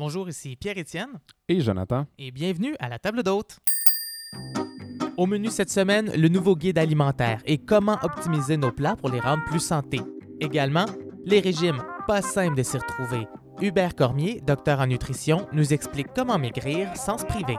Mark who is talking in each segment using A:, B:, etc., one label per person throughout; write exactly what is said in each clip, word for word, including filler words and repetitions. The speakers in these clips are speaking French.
A: Bonjour, ici Pierre-Étienne.
B: Et Jonathan.
A: Et bienvenue à la table d'hôtes. Au menu cette semaine, le nouveau guide alimentaire et comment optimiser nos plats pour les rendre plus santé. Également, les régimes, pas simple de s'y retrouver. Hubert Cormier, docteur en nutrition, nous explique comment maigrir sans se priver.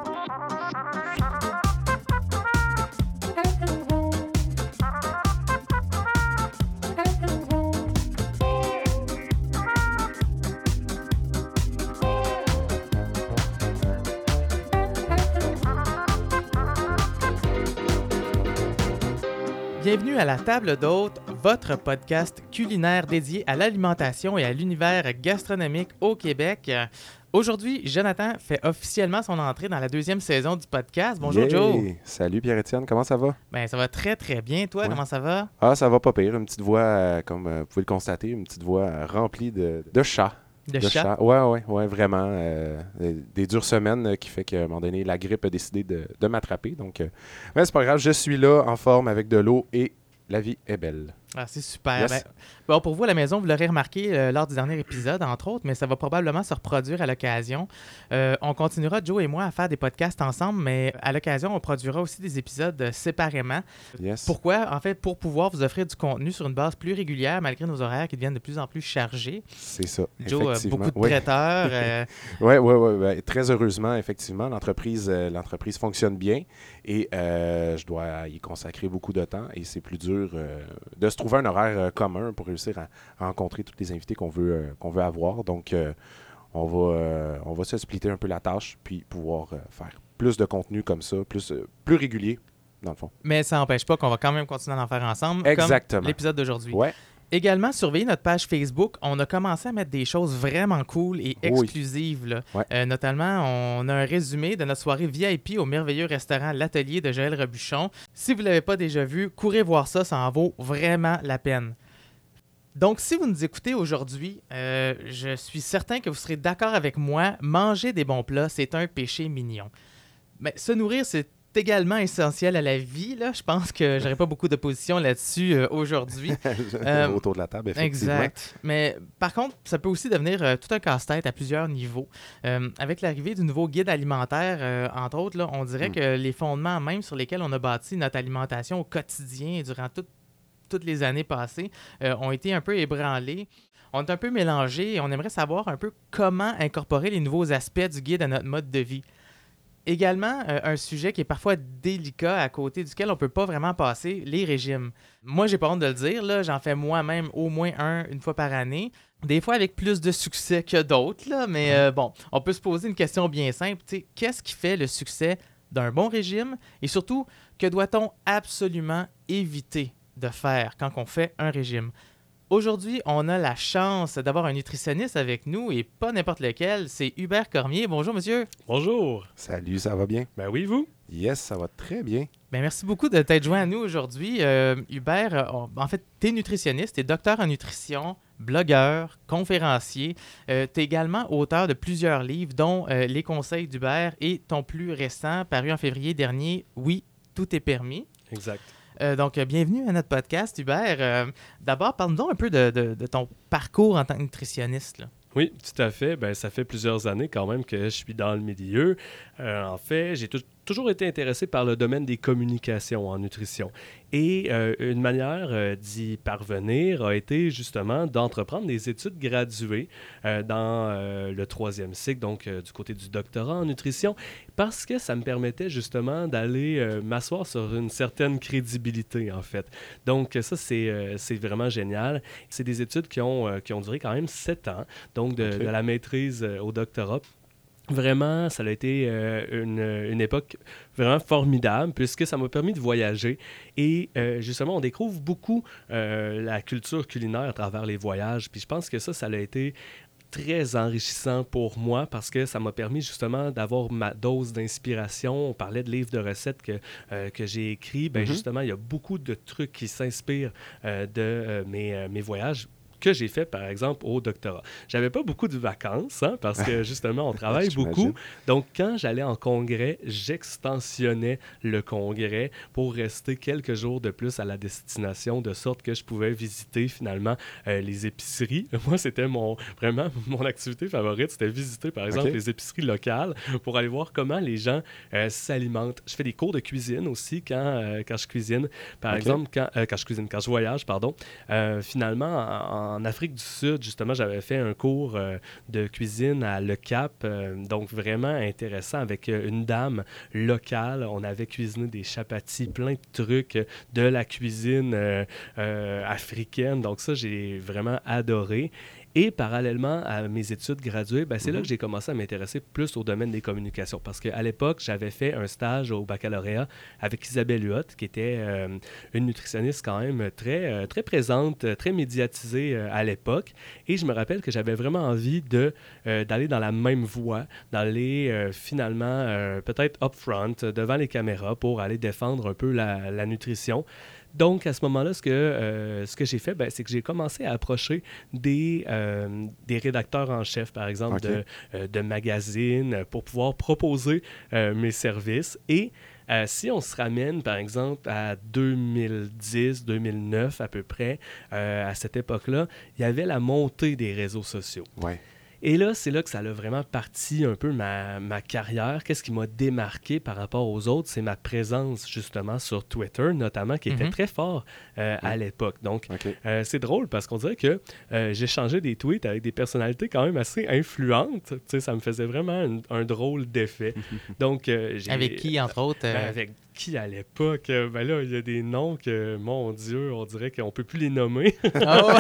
A: Bienvenue à la table d'hôtes, votre podcast culinaire dédié à l'alimentation et à l'univers gastronomique au Québec. Aujourd'hui, Jonathan fait officiellement son entrée dans la deuxième saison du podcast. Bonjour,
C: yeah.
A: Joe.
C: Salut Pierre-Étienne, comment ça va?
A: Ben, ça va très très bien. Toi, ouais. Comment ça va?
C: Ah, ça va pas pire. Une petite voix, euh, comme euh, vous pouvez le constater, une petite voix euh, remplie de, de chat.
A: De, de chat?
C: chat. Ouais, ouais, ouais, vraiment. Euh, des, des dures semaines euh, qui fait qu'à un moment donné, la grippe a décidé de, de m'attraper. Donc, euh, mais c'est pas grave, je suis là en forme avec de l'eau et la vie est belle.
A: Ah, c'est super.
C: Yes.
A: Ben, bon, pour vous à la maison, vous l'aurez remarqué euh, lors du dernier épisode, entre autres, mais ça va probablement se reproduire à l'occasion. Euh, on continuera, Joe et moi, à faire des podcasts ensemble, mais à l'occasion, on produira aussi des épisodes euh, séparément.
C: Yes.
A: Pourquoi? En fait, pour pouvoir vous offrir du contenu sur une base plus régulière, malgré nos horaires qui deviennent de plus en plus chargés.
C: C'est ça,
A: Joe, euh, beaucoup de traiteurs. Euh...
C: oui, oui, oui. Ben, très heureusement, effectivement, l'entreprise, euh, l'entreprise fonctionne bien et euh, je dois y consacrer beaucoup de temps et c'est plus dur euh, de se trouver un horaire euh, commun pour réussir à, à rencontrer tous les invités qu'on veut, euh, qu'on veut avoir. Donc, euh, on va, euh, on va se splitter un peu la tâche puis pouvoir euh, faire plus de contenu comme ça, plus, euh, plus régulier, dans le fond.
A: Mais ça n'empêche pas qu'on va quand même continuer à en faire ensemble,
C: Exactement.
A: Comme l'épisode d'aujourd'hui.
C: Ouais.
A: Également, surveillez notre page Facebook. On a commencé à mettre des choses vraiment cool et exclusives. Là.
C: Ouais.
A: Euh, notamment, on a un résumé de notre soirée V I P au merveilleux restaurant L'Atelier de Joël Robuchon. Si vous ne l'avez pas déjà vu, courez voir ça, ça en vaut vraiment la peine. Donc, si vous nous écoutez aujourd'hui, euh, je suis certain que vous serez d'accord avec moi. Manger des bons plats, c'est un péché mignon. Mais se nourrir, c'est également essentiel à la vie. Là. Je pense que j'aurais pas beaucoup d'opposition là-dessus euh, aujourd'hui.
C: euh, Autour de la table, effectivement.
A: Exact. Mais par contre, ça peut aussi devenir euh, tout un casse-tête à plusieurs niveaux. Euh, avec l'arrivée du nouveau guide alimentaire, euh, entre autres, là, on dirait mm. que les fondements même sur lesquels on a bâti notre alimentation au quotidien durant tout, toutes les années passées euh, ont été un peu ébranlés. On est un peu mélangés et on aimerait savoir un peu comment incorporer les nouveaux aspects du guide à notre mode de vie. Également, euh, un sujet qui est parfois délicat à côté duquel on ne peut pas vraiment passer, les régimes. Moi, j'ai pas honte de le dire, là, j'en fais moi-même au moins un une fois par année. Des fois avec plus de succès que d'autres, là, mais euh, bon, on peut se poser une question bien simple. Qu'est-ce qui fait le succès d'un bon régime? Et surtout, que doit-on absolument éviter de faire quand on fait un régime? Aujourd'hui, on a la chance d'avoir un nutritionniste avec nous et pas n'importe lequel, c'est Hubert Cormier. Bonjour, monsieur.
D: Bonjour.
C: Salut, ça va bien?
D: Ben oui, vous?
C: Yes, ça va très bien.
A: Ben merci beaucoup de t'être joint à nous aujourd'hui. Euh, Hubert, on, en fait, tu es nutritionniste, tu es docteur en nutrition, blogueur, conférencier. Euh, tu es également auteur de plusieurs livres, dont euh, Les conseils d'Hubert et ton plus récent, paru en février dernier, Oui, tout est permis.
D: Exact.
A: Euh, donc, euh, bienvenue à notre podcast, Hubert. Euh, d'abord, parle-nous un peu de, de, de ton parcours en tant que nutritionniste, là.
D: Oui, tout à fait. Ben, ça fait plusieurs années quand même que je suis dans le milieu. Euh, en fait, j'ai tout, toujours été intéressé par le domaine des communications en nutrition. Et euh, une manière euh, d'y parvenir a été justement d'entreprendre des études graduées euh, dans euh, le troisième cycle, donc euh, du côté du doctorat en nutrition, parce que ça me permettait justement d'aller euh, m'asseoir sur une certaine crédibilité, en fait. Donc ça, c'est, euh, c'est vraiment génial. C'est des études qui ont, euh, qui ont duré quand même sept ans, donc de, okay. de la maîtrise euh, au doctorat. Vraiment, ça a été euh, une, une époque vraiment formidable puisque ça m'a permis de voyager et euh, justement, on découvre beaucoup euh, la culture culinaire à travers les voyages. Puis je pense que ça, ça a été très enrichissant pour moi parce que ça m'a permis justement d'avoir ma dose d'inspiration. On parlait de livres de recettes que, euh, que j'ai écrits. Ben, mm-hmm. Justement, il y a beaucoup de trucs qui s'inspirent euh, de euh, mes, euh, mes voyages. que j'ai fait, par exemple, au doctorat. J'avais pas beaucoup de vacances, hein, parce que, justement, on travaille beaucoup. Donc, quand j'allais en congrès, j'extensionnais le congrès pour rester quelques jours de plus à la destination, de sorte que je pouvais visiter, finalement, euh, les épiceries. Moi, c'était mon, vraiment mon activité favorite, c'était visiter, par exemple, okay. les épiceries locales pour aller voir comment les gens euh, s'alimentent. Je fais des cours de cuisine aussi quand, euh, quand je cuisine. Par okay. exemple, quand, euh, quand je cuisine, quand je voyage, pardon. Euh, finalement, en, en Afrique du Sud, justement, j'avais fait un cours euh, de cuisine à Le Cap, euh, donc vraiment intéressant avec euh, une dame locale. On avait cuisiné des chapatis, plein de trucs de la cuisine euh, euh, africaine. Donc ça, j'ai vraiment adoré. Et parallèlement à mes études graduées, ben, c'est mm-hmm. là que j'ai commencé à m'intéresser plus au domaine des communications. Parce qu'à l'époque, j'avais fait un stage au baccalauréat avec Isabelle Huot, qui était euh, une nutritionniste quand même très, euh, très présente, très médiatisée euh, à l'époque. Et je me rappelle que j'avais vraiment envie de, euh, d'aller dans la même voie, d'aller euh, finalement euh, peut-être upfront, devant les caméras, pour aller défendre un peu la, la nutrition. Donc, à ce moment-là, ce que, euh, ce que j'ai fait, ben, c'est que j'ai commencé à approcher des, euh, des rédacteurs en chef, par exemple, okay. de, euh, de magazines, pour pouvoir proposer euh, mes services. Et euh, si on se ramène, par exemple, à deux mille dix, deux mille neuf à peu près, euh, à cette époque-là, il y avait la montée des réseaux sociaux.
C: Ouais.
D: Et là, c'est là que ça a vraiment parti un peu ma, ma carrière. Qu'est-ce qui m'a démarqué par rapport aux autres? C'est ma présence, justement, sur Twitter, notamment, qui était mm-hmm. très fort euh, à l'époque. Donc, okay. euh, c'est drôle parce qu'on dirait que euh, j'ai changé des tweets avec des personnalités quand même assez influentes. Tu sais, ça me faisait vraiment un, un drôle d'effet. Donc, euh, j'ai...
A: Avec qui, entre autres? Euh...
D: Ben, avec qui à l'époque? Ben là, il y a des noms que, mon Dieu, on dirait qu'on ne peut plus les nommer. Oh!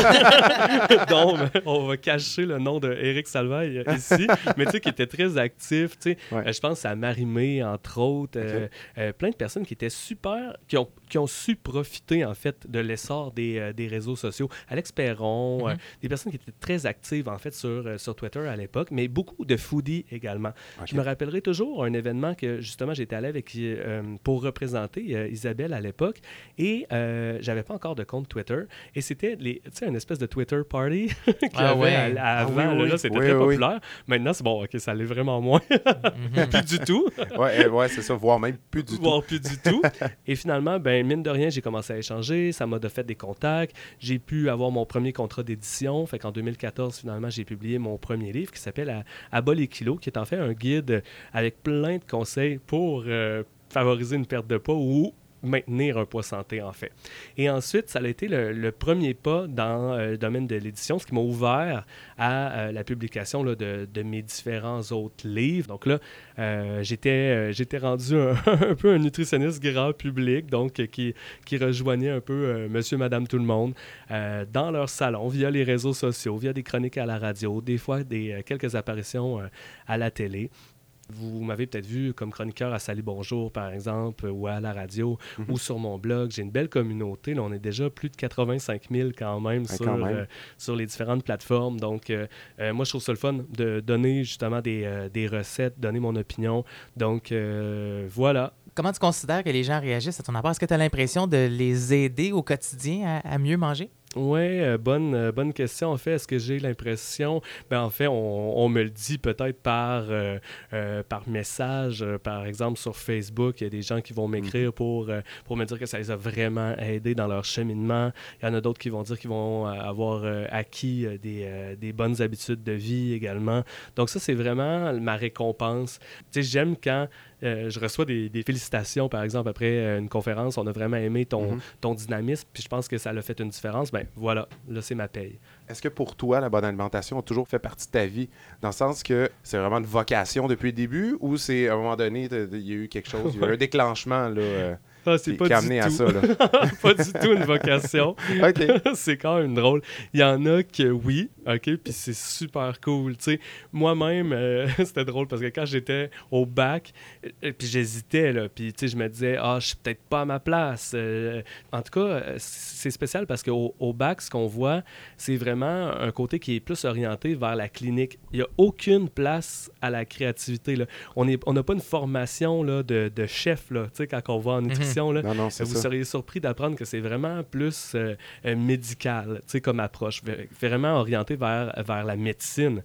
D: Donc, on va cacher le nom de Éric Salvaille euh, ici, mais tu sais, qui était très actif, tu sais, ouais. euh, je pense à Marie-Mé, entre autres, okay. euh, euh, plein de personnes qui étaient super, qui ont, qui ont su profiter, en fait, de l'essor des, euh, des réseaux sociaux. Alex Perron, mm-hmm. euh, des personnes qui étaient très actives, en fait, sur, euh, sur Twitter à l'époque, mais beaucoup de foodies également. Okay. Je me rappellerai toujours un événement que, justement, j'étais allé avec, euh, pour représenter euh, Isabelle à l'époque, et euh, j'avais pas encore de compte Twitter, et c'était, tu sais, une espèce de Twitter party qu'il y ah avait ouais. à, à avant, ah oui, là, oui. là, c'était oui, très oui. populaire. Maintenant, c'est bon, ok, ça l'est vraiment moins. mm-hmm. Plus du tout.
C: ouais, ouais, c'est ça, voire même plus du
D: voire
C: tout.
D: plus du tout. Et finalement, ben, mine de rien, j'ai commencé à échanger, ça m'a fait des contacts, j'ai pu avoir mon premier contrat d'édition, fait qu'en deux mille quatorze, finalement, j'ai publié mon premier livre qui s'appelle À, à bas les kilos, qui est en fait un guide avec plein de conseils pour euh, favoriser une perte de poids ou maintenir un poids santé, en fait. Et ensuite, ça a été le, le premier pas dans euh, le domaine de l'édition, ce qui m'a ouvert à euh, la publication là, de, de mes différents autres livres. Donc là, euh, j'étais, euh, j'étais rendu un, un peu un nutritionniste grand public, donc euh, qui, qui rejoignait un peu euh, monsieur, madame, tout le monde euh, dans leur salon, via les réseaux sociaux, via des chroniques à la radio, des fois des, euh, quelques apparitions euh, à la télé. Vous m'avez peut-être vu comme chroniqueur à Salut Bonjour, par exemple, ou à la radio, mm-hmm. ou sur mon blog. J'ai une belle communauté. Là, on est déjà plus de quatre-vingt-cinq mille quand même, ouais, sur, quand même. Euh, sur les différentes plateformes. Donc, euh, euh, moi, je trouve ça le fun de donner justement des, euh, des recettes, donner mon opinion. Donc, euh, voilà.
A: Comment tu considères que les gens réagissent à ton apport? Est-ce que tu as l'impression de les aider au quotidien à, à mieux manger?
D: Oui, euh, bonne, euh, bonne question. En fait, est-ce que j'ai l'impression... Ben, en fait, on, on me le dit peut-être par, euh, euh, par message. Euh, par exemple, sur Facebook, il y a des gens qui vont m'écrire mmh. pour, euh, pour me dire que ça les a vraiment aidés dans leur cheminement. Il y en a d'autres qui vont dire qu'ils vont avoir euh, acquis euh, des, euh, des bonnes habitudes de vie également. Donc ça, c'est vraiment ma récompense. Tu sais, j'aime quand euh, je reçois des, des félicitations, par exemple, après une conférence. On a vraiment aimé ton, mmh. ton dynamisme, puis je pense que ça a fait une différence. Ben, voilà, là, c'est ma paye.
C: Est-ce que pour toi, la bonne alimentation a toujours fait partie de ta vie? Dans le sens que c'est vraiment une vocation depuis le début ou c'est à un moment donné, il y a eu quelque chose, il y a eu un déclenchement là, euh,
D: ah, c'est
C: qui,
D: pas
C: qui a
D: du
C: amené
D: tout.
C: à ça? Là.
D: Pas du tout une vocation.
C: Okay.
D: C'est quand même drôle. Il y en a que oui, OK? Puis c'est super cool. Tu sais, moi-même, euh, c'était drôle parce que quand j'étais au bac, euh, puis j'hésitais, là, puis tu sais, je me disais, ah, je suis peut-être pas à ma place. Euh, en tout cas, euh, c'est spécial parce qu'au au bac, ce qu'on voit, c'est vraiment un côté qui est plus orienté vers la clinique. Il n'y a aucune place à la créativité, là. On est, on n'a pas une formation là, de, de chef, là, tu sais, quand on va en nutrition, là.
C: Non, non, c'est
D: Vous
C: ça.
D: seriez surpris d'apprendre que c'est vraiment plus euh, euh, médical, tu sais, comme approche, v- vraiment orienté vers, vers la médecine.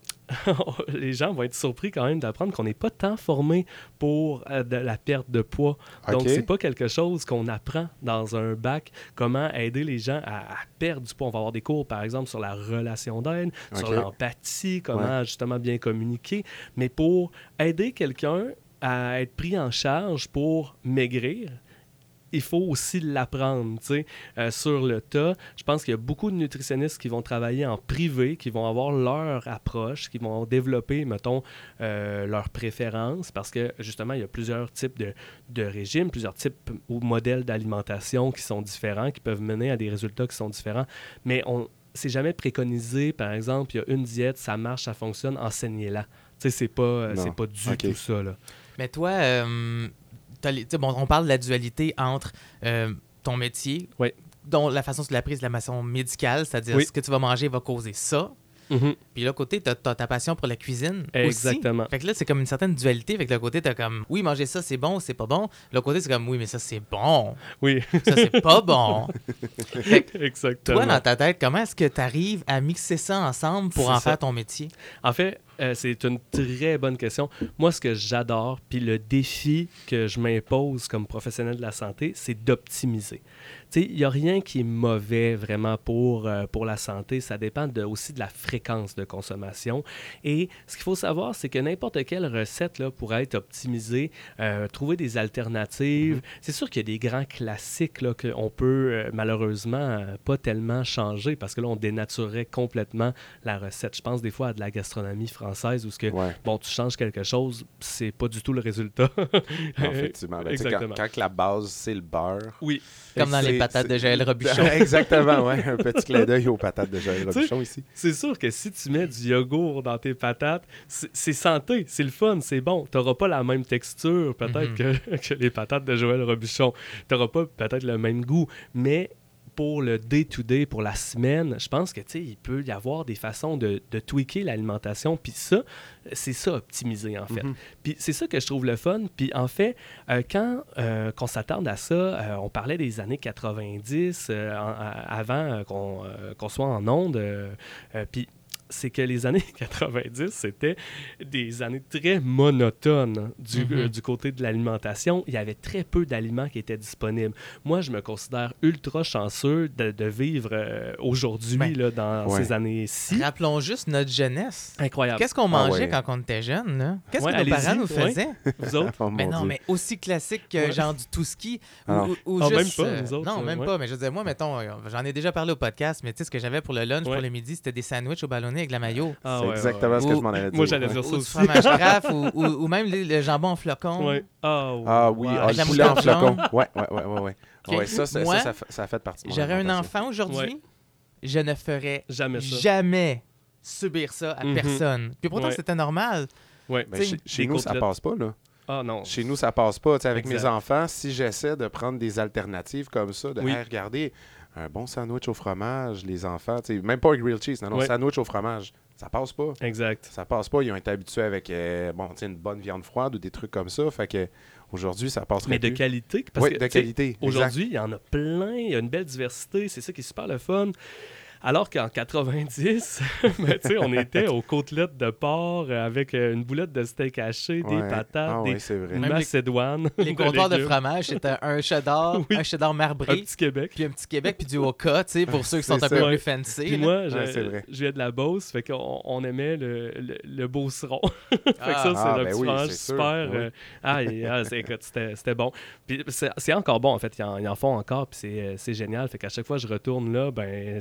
D: Les gens vont être surpris quand même d'apprendre qu'on n'est pas tant formé pour euh, de la perte de poids. Donc,
C: OK.
D: c'est pas quelque chose qu'on apprend dans un bac, comment aider les gens à, à perdre du poids. On va avoir des cours, par exemple, sur la relation d'aide, sur
C: OK.
D: l'empathie, comment justement bien communiquer. Mais pour aider quelqu'un à être pris en charge pour maigrir, il faut aussi l'apprendre, tu sais, euh, sur le tas. Je pense qu'il y a beaucoup de nutritionnistes qui vont travailler en privé, qui vont avoir leur approche, qui vont développer, mettons, euh, leurs préférences, parce que, justement, il y a plusieurs types de, de régimes, plusieurs types ou modèles d'alimentation qui sont différents, qui peuvent mener à des résultats qui sont différents, mais on c'est jamais préconisé, par exemple, il y a une diète, ça marche, ça fonctionne, enseignez-la. Tu sais, c'est pas, c'est pas du
C: OK.
D: tout ça, là.
A: Mais toi, euh, t'as les- tu sais, bon, on parle de la dualité entre euh, ton métier,
D: Oui.
A: dont la façon de la prise de la façon médicale, c'est-à-dire
D: Oui.
A: ce que tu vas manger va causer ça.
D: Mhm.
A: Puis là, côté, t'as, t'as ta passion pour la cuisine
D: Exactement.
A: aussi. Fait que là, c'est comme une certaine dualité. Fait que le côté, t'as comme, oui, manger ça, c'est bon, c'est pas bon. Le côté, c'est comme, oui, mais ça, c'est bon.
D: Oui,
A: Ça, c'est pas bon. Fait que
D: exactement.
A: toi, dans ta tête, comment est-ce que tu arrives à mixer ça ensemble pour
D: C'est
A: en
D: ça.
A: faire ton métier?
D: En fait, euh, c'est une très bonne question. Moi, ce que j'adore, puis le défi que je m'impose comme professionnel de la santé, c'est d'optimiser. Tu sais, il n'y a rien qui est mauvais vraiment pour, euh, pour la santé. Ça dépend de, aussi de la fréquence de consommation. Et ce qu'il faut savoir, c'est que n'importe quelle recette là, pourrait être optimisée, euh, trouver des alternatives. Mm-hmm. C'est sûr qu'il y a des grands classiques là, qu'on peut euh, malheureusement euh, pas tellement changer parce que là, on dénaturerait complètement la recette. Je pense des fois à de la gastronomie française où ce que,
C: Ouais.
D: bon, tu changes quelque chose, c'est pas du tout le résultat.
C: Non, effectivement. Ben, tu sais, quand,
D: Exactement.
C: quand la base, c'est le beurre.
D: Oui.
A: Comme dans
C: c'est-
A: les patates
C: c'est-
A: de Joël Robuchon.
C: Exactement, ouais. Un petit clin d'œil aux patates de Joël
D: Tu sais,
C: Robuchon ici.
D: C'est sûr que si tu mets du yogourt dans tes patates, c'est c'est santé, c'est le fun, c'est bon. Tu n'auras pas la même texture peut-être
A: Mhm.
D: que, que les patates de Joël Robuchon. Tu n'auras pas peut-être le même goût, mais pour le day-to-day, pour la semaine, je pense que, tu sais, il peut y avoir des façons de, de tweaker l'alimentation. Puis ça, c'est ça, optimiser, en fait.
C: Mhm.
D: Puis c'est ça que je trouve le fun. Puis en fait, euh, quand euh, qu'on s'attarde à ça, euh, on parlait des années quatre-vingt-dix, euh, en- à- avant euh, qu'on euh, qu'on soit en onde. euh, euh, puis c'est que les années quatre-vingt-dix, c'était des années très monotones du,
A: Mhm.
D: euh, du côté de l'alimentation. Il y avait très peu d'aliments qui étaient disponibles. Moi, je me considère ultra chanceux de, de vivre euh, aujourd'hui,
A: Ben,
D: là, dans
C: ouais.
D: ces années-ci.
A: Rappelons juste notre jeunesse.
D: Incroyable.
A: Qu'est-ce qu'on
C: Ah
A: mangeait
C: ouais.
A: quand on était jeune, là? Qu'est-ce
D: Ouais,
A: que nos parents
D: allez-y,
A: nous
D: ouais.
A: faisaient?
D: Vous autres?
C: Oh,
A: Mais
C: mon
A: non,
C: Dieu.
A: mais aussi classique que
D: Ouais.
A: genre du tout-ski. Ou,
C: Ah.
A: ou- ou
D: Ah, même
A: juste,
D: pas,
A: euh,
D: nous autres,
A: non,
D: euh,
A: même
D: ouais.
A: pas. Mais je disais, moi, mettons, euh, j'en ai déjà parlé au podcast, mais tu sais, ce que j'avais pour le lunch,
D: Ouais.
A: pour le midi, c'était des sandwichs au ballonné avec de la mayo.
D: Ah,
C: c'est
D: ouais,
C: exactement
D: ouais,
C: ce que
A: Ou-
C: je m'en allais dire.
D: Moi, j'allais
C: ouais.
D: dire ça
A: Ou du
D: aussi.
A: fromage graf, ou, ou, ou même le, le jambon en flocon.
D: Ouais. Ah, ouais.
C: Ah oui,
D: Wow.
C: ah,
A: Avec la
C: le poulet en
A: moutarde
C: flocon.
A: blanche.
C: Ouais, ouais, ouais, ouais. ouais.
A: Ok.
C: Ouais, ça, ça,
A: Moi,
C: ça, ça, fait- ça a fait partie de mon
A: J'aurais un
C: alimentation.
A: enfant aujourd'hui,
D: Ouais.
A: je ne ferais
D: Jamais ça.
A: jamais subir ça à
D: Mhm.
A: personne. Puis pourtant,
D: Ouais.
A: c'était normal.
D: Ouais.
C: Ben,
A: Tu sais,
C: chez, chez
D: des
C: nous, ça
D: côtelettes.
C: passe pas, là.
D: Ah, non.
C: Chez nous, ça passe pas. Tu sais, avec
D: Exact.
C: mes enfants, si j'essaie de prendre des alternatives comme ça, de
D: Oui.
C: hey, regardez, un bon sandwich au fromage, les enfants, tu sais, même pas un grilled cheese, non, non,
D: Ouais.
C: sandwich au fromage, ça passe pas.
D: Exact.
C: Ça passe pas. Ils ont été habitués avec euh, bon, tu sais, une bonne viande froide ou des trucs comme ça. Fait que aujourd'hui, ça passerait
D: Mais de
C: plus.
D: qualité. Parce
C: Oui,
D: que,
C: de
D: tu sais,
C: qualité. exact.
D: aujourd'hui, il y en a plein. Il y a une belle diversité. C'est ça qui est super le fun. Alors qu'en quatre-vingt-dix, ben, tu sais, on était aux côtelettes de porc euh, avec euh, une boulette de steak haché, des
C: Ouais.
D: patates,
C: Ah
D: des
C: ouais, c'est vrai.
D: une
A: Même les-
D: macédoine,
A: Les comptoirs de
D: légumes,
A: fromage, c'était un cheddar,
D: Oui.
A: un cheddar
D: un
A: marbré,
D: petit Québec.
A: puis un petit Québec, puis du Oka, tu sais, pour ceux qui sont
C: C'est
A: un peu
C: ça.
A: plus fancy.
D: Puis
A: là.
D: moi,
C: Ouais,
D: je,
C: c'est vrai.
D: je viens de la Beauce, fait qu'on on aimait le, le, le Beauceron. fait que
A: Ah.
D: ça, c'est
C: Ah,
D: le
C: ben
D: petit
C: oui,
D: fromage
C: c'est sûr.
D: super.
C: Oui.
D: euh, ah, et- ah, c'est- écoute, c'était c'était bon. Puis c'est c'est encore bon, en fait. Ils en, ils en font encore, puis c'est euh, c'est génial. Fait qu'à chaque fois que je retourne là, ben c'est c'est des beaux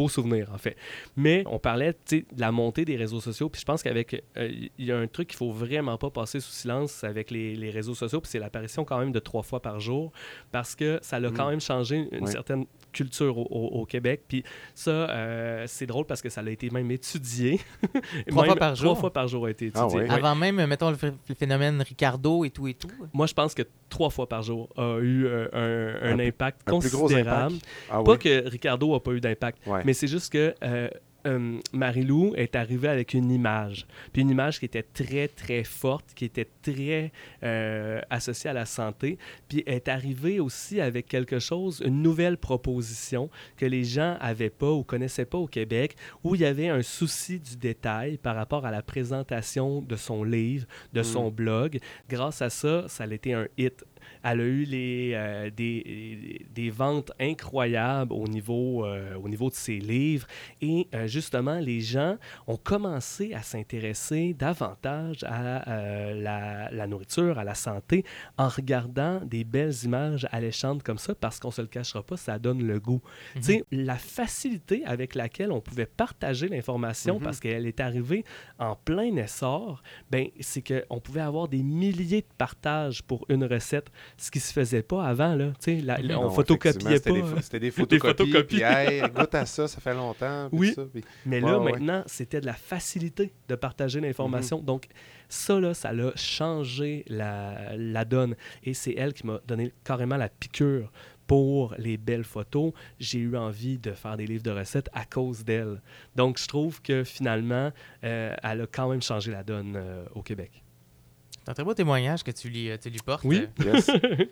D: beaux souvenirs, en fait. Mais on parlait, tu sais, de la montée des réseaux sociaux, puis je pense qu'avec, il euh, y a un truc qu'il faut vraiment pas passer sous silence avec les, les réseaux sociaux, puis c'est l'apparition quand même de trois fois par jour, parce que ça a mmh. quand même changé une ouais. certaine culture au, au, au Québec. Puis ça, euh, c'est drôle parce que ça a été même étudié.
A: Trois
D: même
A: fois par jour?
D: Trois fois par jour a été étudié.
C: Ah, ouais.
D: Ouais.
A: Avant même, mettons, le, ph- le phénomène Ricardo et tout et tout?
D: Moi, je pense que trois fois par jour a eu euh, un, un, un impact
C: un
D: considérable.
C: Impact. Ah,
D: pas
C: oui.
D: que Ricardo n'a pas eu d'impact, ouais. mais c'est juste que... Euh, Euh, Marie-Lou est arrivée avec une image. Puis une image qui était très, très forte, qui était très euh, associée à la santé. Puis elle est arrivée aussi avec quelque chose, une nouvelle proposition que les gens n'avaient pas ou connaissaient pas au Québec, où il y avait un souci du détail par rapport à la présentation de son livre, de mmh. son blog. Grâce à ça, ça a été un hit. Elle a eu les, euh, des, des ventes incroyables au niveau, euh, au niveau de ses livres. Et euh, justement, les gens ont commencé à s'intéresser davantage à euh, la, la nourriture, à la santé, en regardant des belles images alléchantes comme ça, parce qu'on ne se le cachera pas, ça donne le goût. Mm-hmm. Tu sais, la facilité avec laquelle on pouvait partager l'information, mm-hmm. parce qu'elle est arrivée en plein essor, ben, c'est qu'on pouvait avoir des milliers de partages pour une recette, ce qui ne se faisait pas avant. Là. La, mm-hmm. On ne photocopiait pas.
C: C'était des, c'était des photocopies. Des photocopies. Puis, hey, goûte à ça, ça fait longtemps.
D: Oui,
C: ça, puis...
D: mais
C: ouais,
D: là,
C: ouais.
D: maintenant, c'était de la facilité de partager l'information. Mm-hmm. Donc, ça, là, ça a changé la, la donne. Et c'est elle qui m'a donné carrément la piqûre pour les belles photos. J'ai eu envie de faire des livres de recettes à cause d'elle. Donc, je trouve que finalement, euh, elle a quand même changé la donne euh, au Québec.
A: C'est un très beau témoignage que tu lui, tu lui portes.
D: Oui.
C: Yes.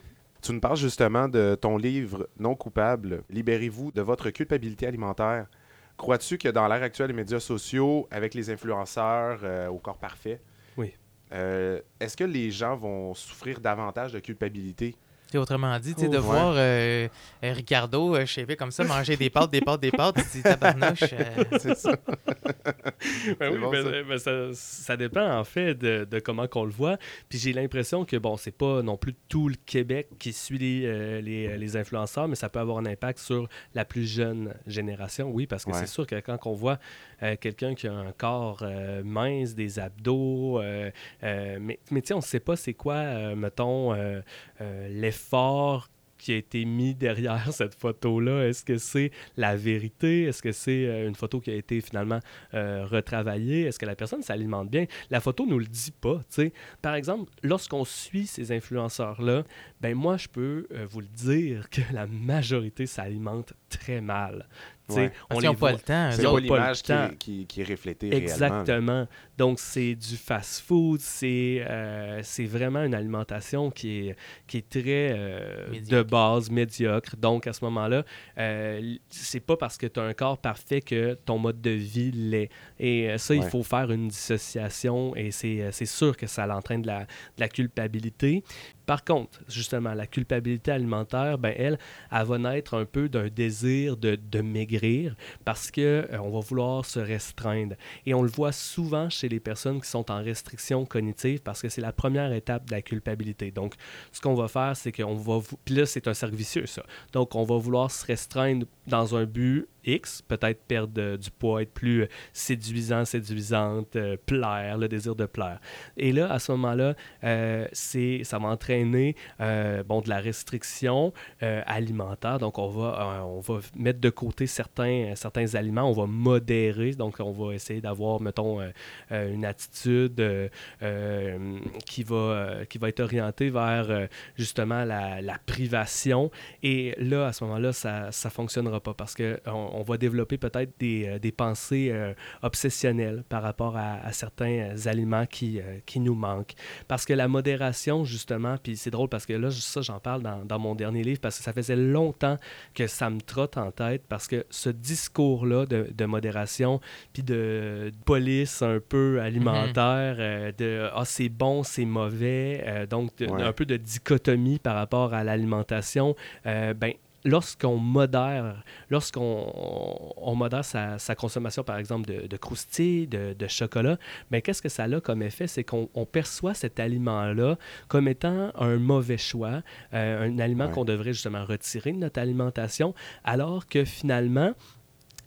C: Tu nous parles justement de ton livre Non coupable, Libérez-vous de votre culpabilité alimentaire. Crois-tu que dans l'ère actuelle des médias sociaux, avec les influenceurs euh, au corps parfait,
D: oui.
C: euh, est-ce que les gens vont souffrir davantage de culpabilité?
A: T'sais, autrement dit, oh, de ouais. voir euh, euh, Ricardo euh, chefé comme ça, manger des pâtes, des pâtes, des pâtes, c'est tabarnouche. Euh...
C: C'est ça.
D: ben oui, bon, ben, ça. Ben, ça, ça dépend en fait de, de comment qu'on le voit. Puis j'ai l'impression que, bon, c'est pas non plus tout le Québec qui suit les, euh, les, les influenceurs, mais ça peut avoir un impact sur la plus jeune génération, oui, parce que ouais. c'est sûr que quand on voit euh, quelqu'un qui a un corps euh, mince, des abdos, euh, euh, mais, mais tu sais, on sait pas c'est quoi, euh, mettons, euh, euh, l'effort fort qui a été mis derrière cette photo-là. Est-ce que c'est la vérité? Est-ce que c'est euh, une photo qui a été finalement euh, retravaillée? Est-ce que la personne s'alimente bien? La photo ne nous le dit pas, tu sais. Par exemple, lorsqu'on suit ces influenceurs-là, ben moi, je peux euh, vous le dire que la majorité s'alimente très mal.
A: Ouais. On n'ont pas le temps.
C: C'est pas l'image qui est, qui, qui est reflétée
D: Exactement.
C: réellement.
D: Donc, c'est du fast-food. C'est, euh, c'est vraiment une alimentation qui est, qui est très euh, de base, médiocre. Donc, à ce moment-là, euh, c'est pas parce que tu as un corps parfait que ton mode de vie l'est. Et ça, ouais. il faut faire une dissociation et c'est, c'est sûr que ça l'entraîne de la, de la culpabilité. Par contre, justement, la culpabilité alimentaire, ben elle, elle va naître un peu d'un désir de, de maigrir parce qu'on euh, va vouloir se restreindre. Et on le voit souvent chez les personnes qui sont en restriction cognitive parce que c'est la première étape de la culpabilité. Donc, ce qu'on va faire, c'est qu'on va... Vou... Puis là, c'est un cercle vicieux, ça. Donc, on va vouloir se restreindre dans un but X, peut-être perdre euh, du poids, être plus euh, séduisant, séduisante, euh, plaire, le désir de plaire. Et là, à ce moment-là, euh, c'est, ça va entraîner euh, bon, de la restriction euh, alimentaire. Donc, on va, euh, on va mettre de côté certains, certains aliments, on va modérer. Donc, on va essayer d'avoir, mettons, euh, euh, une attitude euh, euh, qui, va, euh, qui va être orientée vers, euh, justement, la, la privation. Et là, à ce moment-là, ça ne fonctionnera pas parce qu'on on va développer peut-être des, euh, des pensées euh, obsessionnelles par rapport à, à certains aliments qui, euh, qui nous manquent. Parce que la modération, justement, puis c'est drôle parce que là, ça, j'en parle dans, dans mon dernier livre parce que ça faisait longtemps que ça me trotte en tête parce que ce discours-là de, de modération puis de, de police un peu alimentaire, mm-hmm. euh, de « ah, c'est bon, c'est mauvais euh, », donc de, ouais. un peu de dichotomie par rapport à l'alimentation, euh, ben lorsqu'on modère, lorsqu'on on, on modère sa, sa consommation, par exemple, de, de croustilles, de, de chocolat, bien, qu'est-ce que ça a comme effet? C'est qu'on on perçoit cet aliment-là comme étant un mauvais choix, euh, un aliment ouais. qu'on devrait justement retirer de notre alimentation, alors que finalement,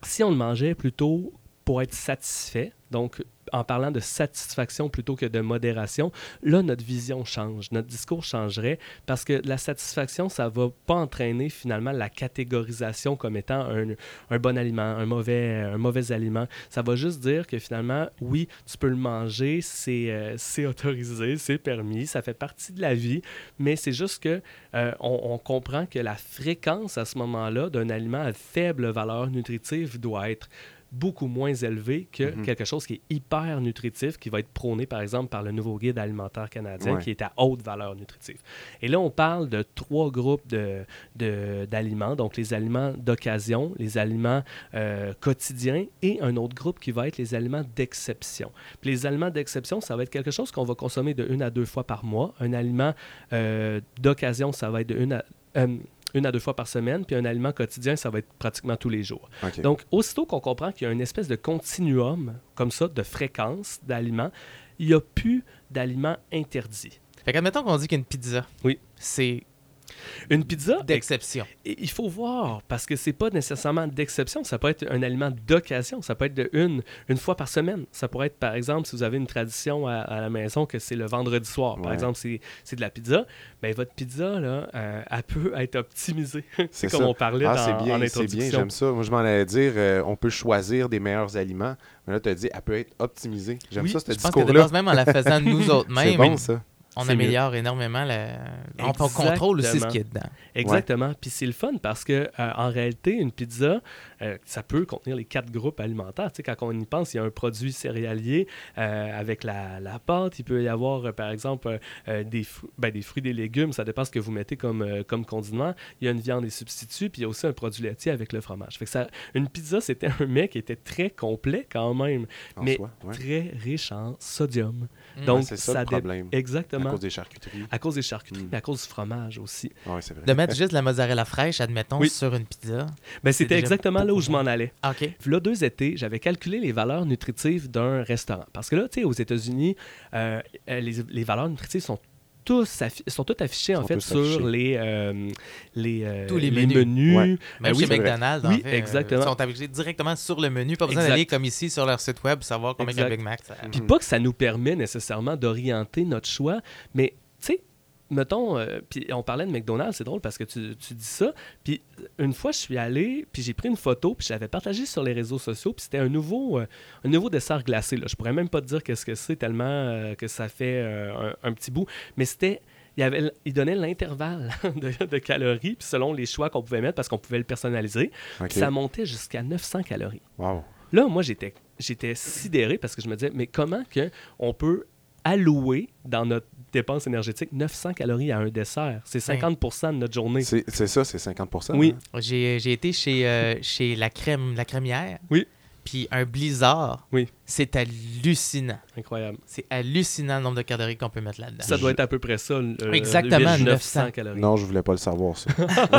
D: si on le mangeait plutôt pour être satisfait, donc en parlant de satisfaction plutôt que de modération, là, notre vision change, notre discours changerait parce que la satisfaction, ça ne va pas entraîner finalement la catégorisation comme étant un, un bon aliment, un mauvais, un mauvais aliment. Ça va juste dire que finalement, oui, tu peux le manger, c'est, euh, c'est autorisé, c'est permis, ça fait partie de la vie, mais c'est juste que euh, on, on comprend que la fréquence à ce moment-là d'un aliment à faible valeur nutritive doit être beaucoup moins élevé que mm-hmm. quelque chose qui est hyper nutritif, qui va être prôné, par exemple, par le nouveau guide alimentaire canadien, ouais. qui est à haute valeur nutritive. Et là, on parle de trois groupes de, de, d'aliments, donc les aliments d'occasion, les aliments euh, quotidiens et un autre groupe qui va être les aliments d'exception. Puis les aliments d'exception, ça va être quelque chose qu'on va consommer de une à deux fois par mois. Un aliment euh, d'occasion, ça va être de une à... Euh, une à deux fois par semaine, puis un aliment quotidien, ça va être pratiquement tous les jours. Okay. Donc, aussitôt qu'on comprend qu'il y a une espèce de continuum, comme ça, de fréquence d'aliments, il n'y a plus d'aliments interdits.
A: Fait qu'admettons qu'on dit qu'une pizza,
D: oui.
A: c'est...
D: Une pizza
A: d'exception.
D: Et, il faut voir, parce que c'est pas nécessairement d'exception, ça peut être un aliment d'occasion, ça peut être de une, une fois par semaine. Ça pourrait être, par exemple, si vous avez une tradition à, à la maison que c'est le vendredi soir, ouais. par exemple, c'est, c'est de la pizza, bien votre pizza, là, euh, elle peut être optimisée. c'est, c'est comme ça. On parlait
C: ah,
D: dans,
C: c'est bien,
D: en introduction.
C: C'est bien, j'aime ça. Moi, je m'en allais dire, euh, on peut choisir des meilleurs aliments, mais là, tu as dit, elle peut être optimisée. J'aime
A: oui,
C: ça, ce
A: je
C: discours-là.
A: Je pense que même en la faisant nous autres mêmes.
C: C'est bon, ça.
A: On
C: c'est
A: améliore mieux. énormément la... On contrôle aussi ce qu'il y a dedans.
D: Exactement. Ouais. Puis c'est le fun parce que euh, en réalité, une pizza, euh, ça peut contenir les quatre groupes alimentaires. Tu sais, quand on y pense, il y a un produit céréalier euh, avec la, la pâte. Il peut y avoir, euh, par exemple, euh, des, fru- ben, des fruits, des légumes. Ça dépend ce que vous mettez comme, euh, comme condiment. Il y a une viande et substituts. Puis il y a aussi un produit laitier avec le fromage. Fait que ça, une pizza, c'était un mets qui était très complet quand même, en mais soi, ouais. très riche en sodium.
C: Mmh.
D: Donc,
C: ouais, c'est ça, ça le dé... problème.
D: Exactement.
C: À cause des charcuteries.
D: À cause des charcuteries, mmh. mais à cause du fromage aussi.
C: Oui, c'est vrai.
A: De mettre juste de la mozzarella fraîche, admettons, oui. sur une pizza.
D: Ben, c'était exactement là où je m'en allais.
A: OK.
D: Puis là, deux étés, j'avais calculé les valeurs nutritives d'un restaurant. Parce que là, tu sais, aux États-Unis, euh, les, les valeurs nutritives sont tous affi- sont toutes affichées en fait sur affichés. les euh, les, euh,
A: tous les,
D: les
A: menus,
D: menus.
A: Ouais. Même oui, chez McDonald's,
D: oui,
A: en fait,
D: exactement.
A: Euh, sont affichés directement sur le menu, pas besoin exact. d'aller comme ici sur leur site web pour savoir combien il y a un Big Mac. Ça...
D: Puis mm-hmm. pas que ça nous permet nécessairement d'orienter notre choix, mais tu sais, mettons, euh, puis on parlait de McDonald's, c'est drôle parce que tu, tu dis ça, puis une fois je suis allé, puis j'ai pris une photo, puis je l'avais partagée sur les réseaux sociaux, puis c'était un nouveau, euh, un nouveau dessert glacé, là. Je pourrais même pas te dire qu'est-ce que c'est tellement euh, que ça fait euh, un, un petit bout, mais c'était, il, avait, il donnait l'intervalle de, de calories, puis selon les choix qu'on pouvait mettre, parce qu'on pouvait le personnaliser, okay. ça montait jusqu'à neuf cents calories.
C: Wow.
D: Là, moi, j'étais, j'étais sidéré parce que je me disais, mais comment que on peut allouer dans notre dépense énergétique neuf cents calories à un dessert? C'est cinquante pour cent de notre journée.
C: C'est, c'est ça, c'est cinquante pour cent?
D: Oui.
C: Hein?
A: J'ai, j'ai été chez, euh, chez la, crème, la crémière.
D: Oui.
A: Puis un blizzard,
D: oui.
A: c'est hallucinant.
D: Incroyable.
A: C'est hallucinant le nombre de calories qu'on peut mettre là-dedans.
D: Ça doit être à peu près ça. Le,
A: Exactement,
D: le neuf cents calories.
C: Non, je voulais pas le savoir, ça.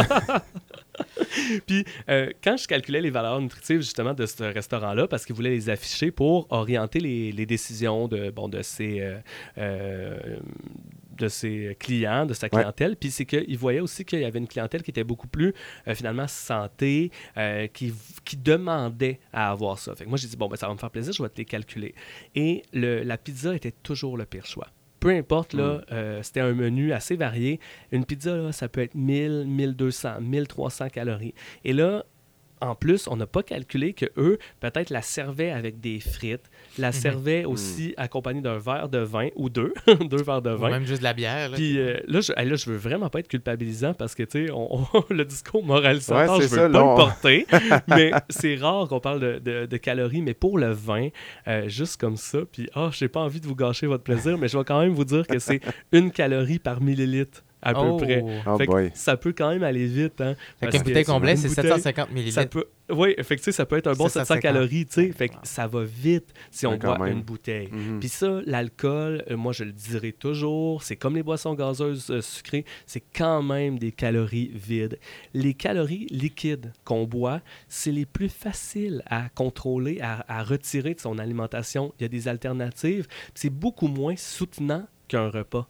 D: Puis, euh, quand je calculais les valeurs nutritives, justement, de ce restaurant-là, parce qu'ils voulaient les afficher pour orienter les, les décisions de, bon, de ces... Euh, euh, de ses clients, de sa clientèle. Ouais. Puis c'est qu'il voyait aussi qu'il y avait une clientèle qui était beaucoup plus, euh, finalement, santé, euh, qui, qui demandait à avoir ça. Fait que moi, j'ai dit, bon, ben, ça va me faire plaisir, je vais te les calculer. Et le, la pizza était toujours le pire choix. Peu importe, là, mm. euh, c'était un menu assez varié. Une pizza, là, ça peut être mille, mille deux cents, mille trois cents calories. Et là, en plus, on n'a pas calculé qu'eux, peut-être la servaient avec des frites, la mm-hmm. servaient aussi mm. accompagnée d'un verre de vin ou deux, deux verres de vin.
A: Ou même juste de la bière. Là,
D: Puis euh, là, je, là, je veux vraiment pas être culpabilisant parce que, tu sais, on, on, le discours moralisateur,
C: ouais,
D: je veux
C: ça,
D: pas
C: non.
D: le porter. Mais c'est rare qu'on parle de, de, de calories. Mais pour le vin, euh, juste comme ça, puis ah, oh, j'ai pas envie de vous gâcher votre plaisir, mais je vais quand même vous dire que c'est une calorie par millilitre. À
A: oh.
D: peu près.
C: Oh
D: fait
C: boy.
D: Que ça peut quand même aller vite. Hein,
A: fait qu'une bouteille complète, c'est sept cent cinquante millilitres.
D: Ça peut, oui, fait que, ça peut être un bon sept cents calories. Fait que
A: wow.
D: ça va vite si on
C: ouais,
D: boit
C: même.
D: une bouteille.
C: Mm-hmm.
D: Puis ça, l'alcool, euh, moi, je le dirais toujours, c'est comme les boissons gazeuses euh, sucrées, c'est quand même des calories vides. Les calories liquides qu'on boit, c'est les plus faciles à contrôler, à, à retirer de son alimentation. Il y a des alternatives. C'est beaucoup moins soutenant qu'un repas.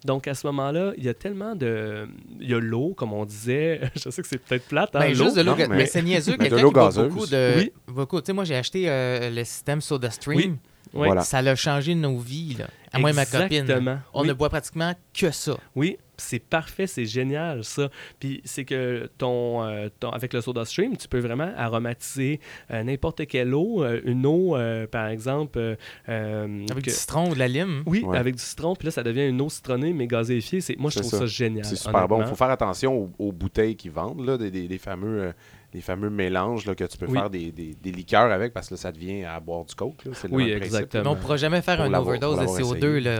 D: Donc, à ce moment-là, il y a tellement de... Il y a l'eau, comme on disait. Je sais que c'est peut-être plate, hein,
A: Ben,
D: l'eau.
A: juste de l'eau,
C: Non,
A: mais,
C: mais-
A: c'est niaiseux.
C: mais de
A: Quelqu'un
C: l'eau
A: qui boit
C: gazeuse.
A: beaucoup de...
D: Oui.
A: Beaucoup. Tu sais, moi, j'ai acheté euh, le système SodaStream.
D: Oui. Oui.
C: Voilà.
A: Ça l'a changé nos vies, là. À moi et ma copine.
D: Exactement.
A: On
D: Oui.
A: ne boit pratiquement que ça.
D: Oui, c'est parfait, c'est génial ça. Puis c'est que ton, euh, ton avec le SodaStream, tu peux vraiment aromatiser euh, n'importe quelle eau, euh, une eau euh, par exemple euh, euh,
A: Avec
D: que-
A: du citron ou de la lime.
D: oui,
C: Ouais.
D: avec du citron, puis là ça devient une eau citronnée mais gazéifiée. C'est moi je
C: C'est
D: trouve
C: ça.
D: ça, génial.
C: C'est super bon. Il
D: honnêtement.
C: faut faire attention aux, aux bouteilles qu'ils vendent, là, des, des- des fameux, euh, les fameux mélanges là, que tu peux
D: Oui.
C: faire des, des- des liqueurs avec parce que là, ça devient à boire du coke. là. C'est le
D: Oui,
C: même principe.
D: exactement.
A: Mais on ne pourra jamais faire
C: Pour
A: une
C: l'avoir-
A: overdose
C: pour
A: de
C: l'avoir
A: C O deux. Là.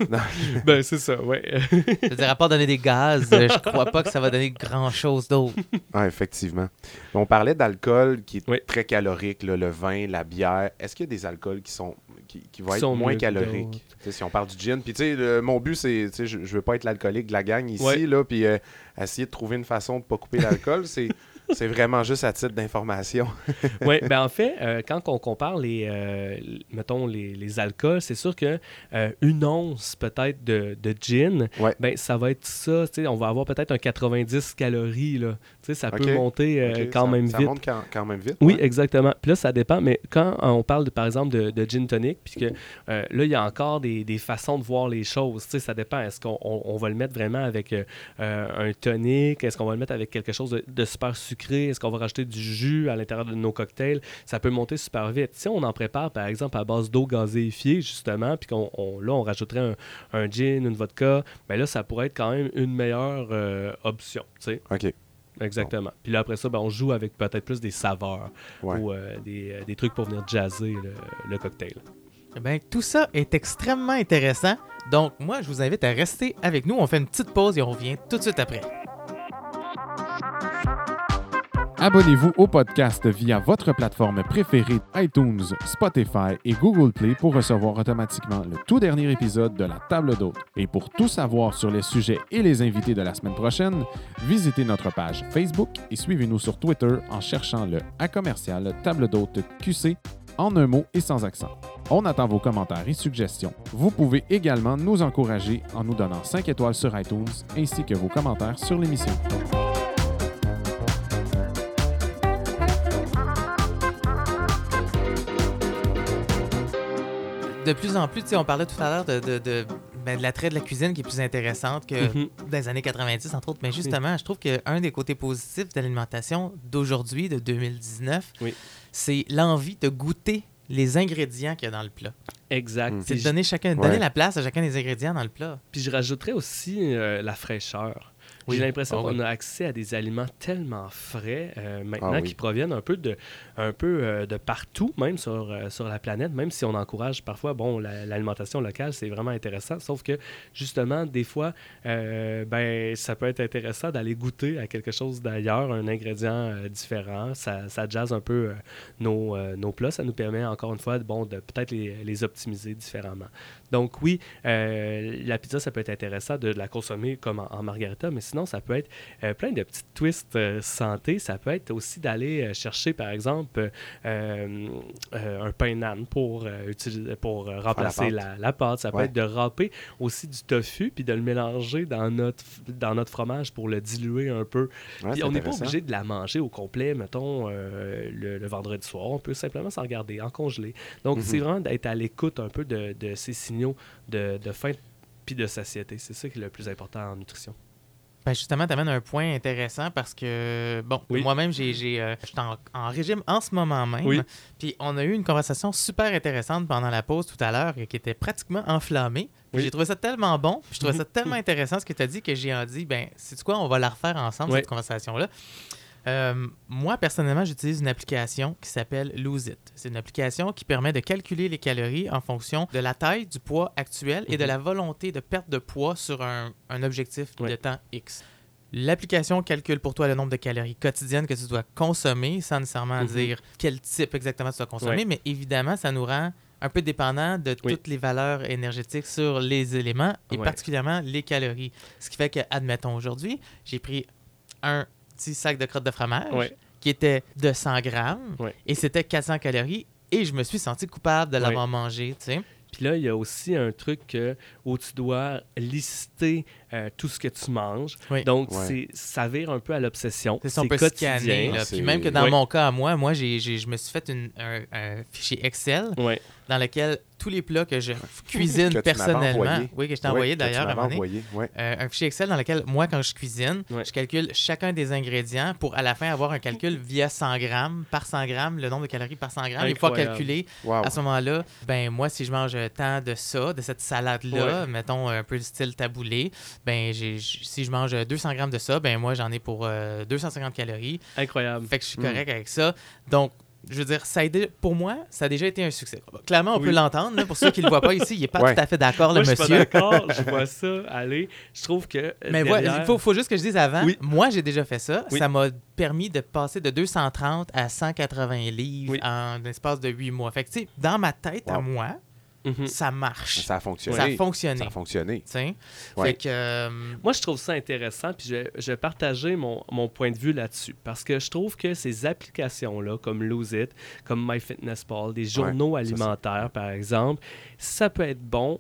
D: Ben c'est ça, ouais.
A: Je veux dire, à part donner des gaz, euh, je crois pas que ça va donner grand-chose d'autre.
C: Ah, effectivement. On parlait d'alcool qui est
D: Oui.
C: très calorique, là, le vin, la bière. Est-ce qu'il y a des alcools qui sont qui, qui vont
D: Qui
C: être
D: sont
C: moins
D: mieux que
C: caloriques?
D: d'autres.
C: Tu sais, si on parle du gin, puis tu sais, le- mon but, c'est, tu sais, je, je veux pas être l'alcoolique de la gang ici,
D: Ouais.
C: là, puis euh, essayer de trouver une façon de pas couper l'alcool, c'est, c'est vraiment juste à titre d'information.
D: Oui, ben en fait, euh, quand on compare les, euh, l- mettons, les, les alcools, c'est sûr que euh, une once peut-être de, de gin,
C: Ouais.
D: ben ça va être ça, tu sais, on va avoir peut-être un quatre-vingt-dix calories, là. Tu sais, ça
C: Ok.
D: peut monter euh,
C: Ok,
D: quand
C: ça,
D: même
C: ça
D: vite.
C: monte quand, quand même vite.
D: Oui,
C: ouais.
D: exactement. Puis là, ça dépend. Mais quand on parle, de, par exemple, de, de gin tonic, puis que euh, là, il y a encore des, des façons de voir les choses. Tu sais, ça dépend. Est-ce qu'on on, on va le mettre vraiment avec euh, euh, un tonic? Est-ce qu'on va le mettre avec quelque chose de, de super sucré? Est-ce qu'on va rajouter du jus à l'intérieur de nos cocktails? Ça peut monter super vite. Si on en prépare, par exemple, à base d'eau gazéifiée, justement, puis qu'on on- là, on rajouterait un, un gin, une vodka, bien là, ça pourrait être quand même une meilleure euh, option. Tu sais.
C: OK.
D: Exactement. Puis là, après ça, ben, on joue avec peut-être plus des saveurs
C: Ouais.
D: ou euh, des, euh, des trucs pour venir jazzer le, le cocktail.
A: Eh bien, tout ça est extrêmement intéressant. Donc, moi, je vous invite à rester avec nous. On fait une petite pause et on revient tout de suite après.
B: Abonnez-vous au podcast via votre plateforme préférée iTunes, Spotify et Google Play pour recevoir automatiquement le tout dernier épisode de La Table d'Hôte. Et pour tout savoir sur les sujets et les invités de la semaine prochaine, visitez notre page Facebook et suivez-nous sur Twitter en cherchant le A commercial Table d'Hôte Q C en un mot et sans accent. On attend vos commentaires et suggestions. Vous pouvez également nous encourager en nous donnant cinq étoiles sur iTunes ainsi que vos commentaires sur l'émission.
A: De plus en plus, tu sais, on parlait tout à l'heure de, de, de, ben, de l'attrait de la cuisine qui est plus intéressante que
D: Mhm.
A: dans les années quatre-vingt-dix, entre autres. Mais justement, je trouve qu'un des côtés positifs de l'alimentation d'aujourd'hui, de deux mille dix-neuf,
D: Oui.
A: c'est l'envie de goûter les ingrédients qu'il y a dans le plat.
D: Exact.
C: Mm.
A: C'est
D: Puis,
A: de
D: je,
A: donner, chacun,
C: Ouais.
A: donner la place à chacun des ingrédients dans le plat.
D: puis je rajouterais aussi euh, la fraîcheur.
A: Oui.
D: J'ai l'impression
A: Ah
D: qu'on
A: oui.
D: a accès à des aliments tellement frais euh, maintenant
C: Ah oui.
D: qui proviennent un peu de, un peu, euh, de partout, même sur, euh, sur la planète, même si on encourage parfois, bon, la- l'alimentation locale, c'est vraiment intéressant, sauf que justement, des fois, euh, ben, ça peut être intéressant d'aller goûter à quelque chose d'ailleurs, un ingrédient euh, différent, ça, ça jazz un peu euh, nos, euh, nos plats, ça nous permet encore une fois bon, de peut-être les, les optimiser différemment. Donc oui, euh, la pizza, ça peut être intéressant de la consommer comme en, en margarita, mais sinon, ça peut être euh, plein de petits twists euh, santé. Ça peut être aussi d'aller euh, chercher, par exemple, euh, euh, un pain nan pour, euh, utiliser, pour euh, remplacer
C: pâte.
D: la, la pâte. Ça peut
C: Ouais.
D: être de râper aussi du tofu puis de le mélanger dans notre, dans notre fromage pour le diluer un peu.
C: Ouais,
D: Puis
C: c'est
D: on n'est pas
C: intéressant.
D: obligé de la manger au complet, mettons, euh, le, le vendredi soir. On peut simplement s'en garder, en congeler. Donc,
C: Mhm.
D: c'est vraiment d'être à l'écoute un peu de, de ces signaux de, de faim puis de satiété. C'est ça qui est le plus important en nutrition.
A: Ben justement, tu amènes un point intéressant parce que, bon,
D: Oui.
A: moi-même, j'ai, j'ai, euh, je suis en, en régime en ce moment même.
D: Oui.
A: Puis on a eu une conversation super intéressante pendant la pause tout à l'heure qui était pratiquement enflammée. Puis
D: Oui.
A: j'ai trouvé ça tellement bon, puis je trouvais ça tellement intéressant ce que tu as dit que j'ai en dit, ben, sais-tu quoi, on va la refaire ensemble,
D: Oui.
A: cette conversation-là. Euh, moi, personnellement, j'utilise une application qui s'appelle Lose It. C'est une application qui permet de calculer les calories en fonction de la taille, du poids actuel et de
D: Mhm.
A: la volonté de perte de poids sur un, un objectif
D: Oui.
A: de temps X. L'application calcule pour toi le nombre de calories quotidiennes que tu dois consommer sans nécessairement
D: Mhm.
A: dire quel type exactement tu dois consommer,
D: Ouais.
A: mais évidemment, ça nous rend un peu dépendant de
D: Oui.
A: toutes les valeurs énergétiques sur les éléments et
D: Ouais.
A: particulièrement les calories. Ce qui fait que, admettons, aujourd'hui, j'ai pris un petit sac de crottes de fromage
D: Ouais.
A: qui était de cent grammes
D: Ouais.
A: et c'était quatre cents calories et je me suis senti coupable de l'avoir mangé, tu sais.
D: Puis là, il y a aussi un truc que, où tu dois lister euh, tout ce que tu manges.
A: Oui.
D: Donc,
C: Ouais.
D: c'est, ça vire un peu à l'obsession.
A: C'est ça, on
D: c'est
A: peut
D: quotidien.
A: scanner. Là.
C: C'est-
A: Puis même que dans
D: Oui.
A: mon cas à moi, moi j'ai, j'ai- je me suis fait une- un, un fichier Excel
D: Ouais.
A: dans lequel tous les plats que je cuisine
C: Que tu m'avais
A: personnellement,
C: envoyé.
A: oui, que je t'ai
C: Ouais,
A: envoyé
C: que
A: d'ailleurs
C: tu
A: à un
C: m'avais
A: moment donné,
C: envoyé, ouais.
A: euh, un fichier Excel dans lequel, moi, quand je cuisine,
D: Ouais.
A: je calcule chacun des ingrédients pour à la fin avoir un calcul via cent grammes par cent grammes, le nombre de calories par cent grammes. Une fois
D: Incroyable.
A: calculé,
C: Wow.
A: à ce moment-là, ben moi, si je mange tant de ça, de cette salade-là,
D: Ouais.
A: mettons un peu le style taboulé, ben j'ai, j- si je mange deux cents grammes de ça, ben moi, j'en ai pour euh, deux cent cinquante calories.
D: Incroyable.
A: Fait que je suis
C: Mm.
A: correct avec ça. Donc, je veux dire, ça a été- pour moi, ça a déjà été un succès. Clairement, on
D: Oui.
A: peut l'entendre. Là, pour ceux qui ne le voient pas ici, il n'est pas
C: Ouais.
A: tout à fait d'accord,
D: Moi,
A: le
D: je suis pas
A: monsieur.
D: d'accord. Je vois ça aller. Je trouve que euh,
A: Mais voilà,
D: derrière-
A: il faut, faut juste que je dise avant,
D: Oui.
A: moi, j'ai déjà fait ça.
D: Oui.
A: Ça m'a permis de passer de deux cent trente à cent quatre-vingts livres
D: Oui.
A: en l'espace de huit mois. Fait que, tu sais, dans ma tête, à
C: Wow.
A: moi,
D: Mhm.
A: ça marche.
C: Ça a fonctionné.
A: Ça a fonctionné.
C: Ça a fonctionné.
A: tu sais.
C: Ouais.
A: Fait que... euh,
D: Moi, je trouve ça intéressant, puis je, vais- je vais partager mon, mon point de vue là-dessus. Parce que je trouve que ces applications-là, comme Lose It, comme MyFitnessPal, des journaux
C: ça, c'est-
D: alimentaires, par exemple, ça peut être bon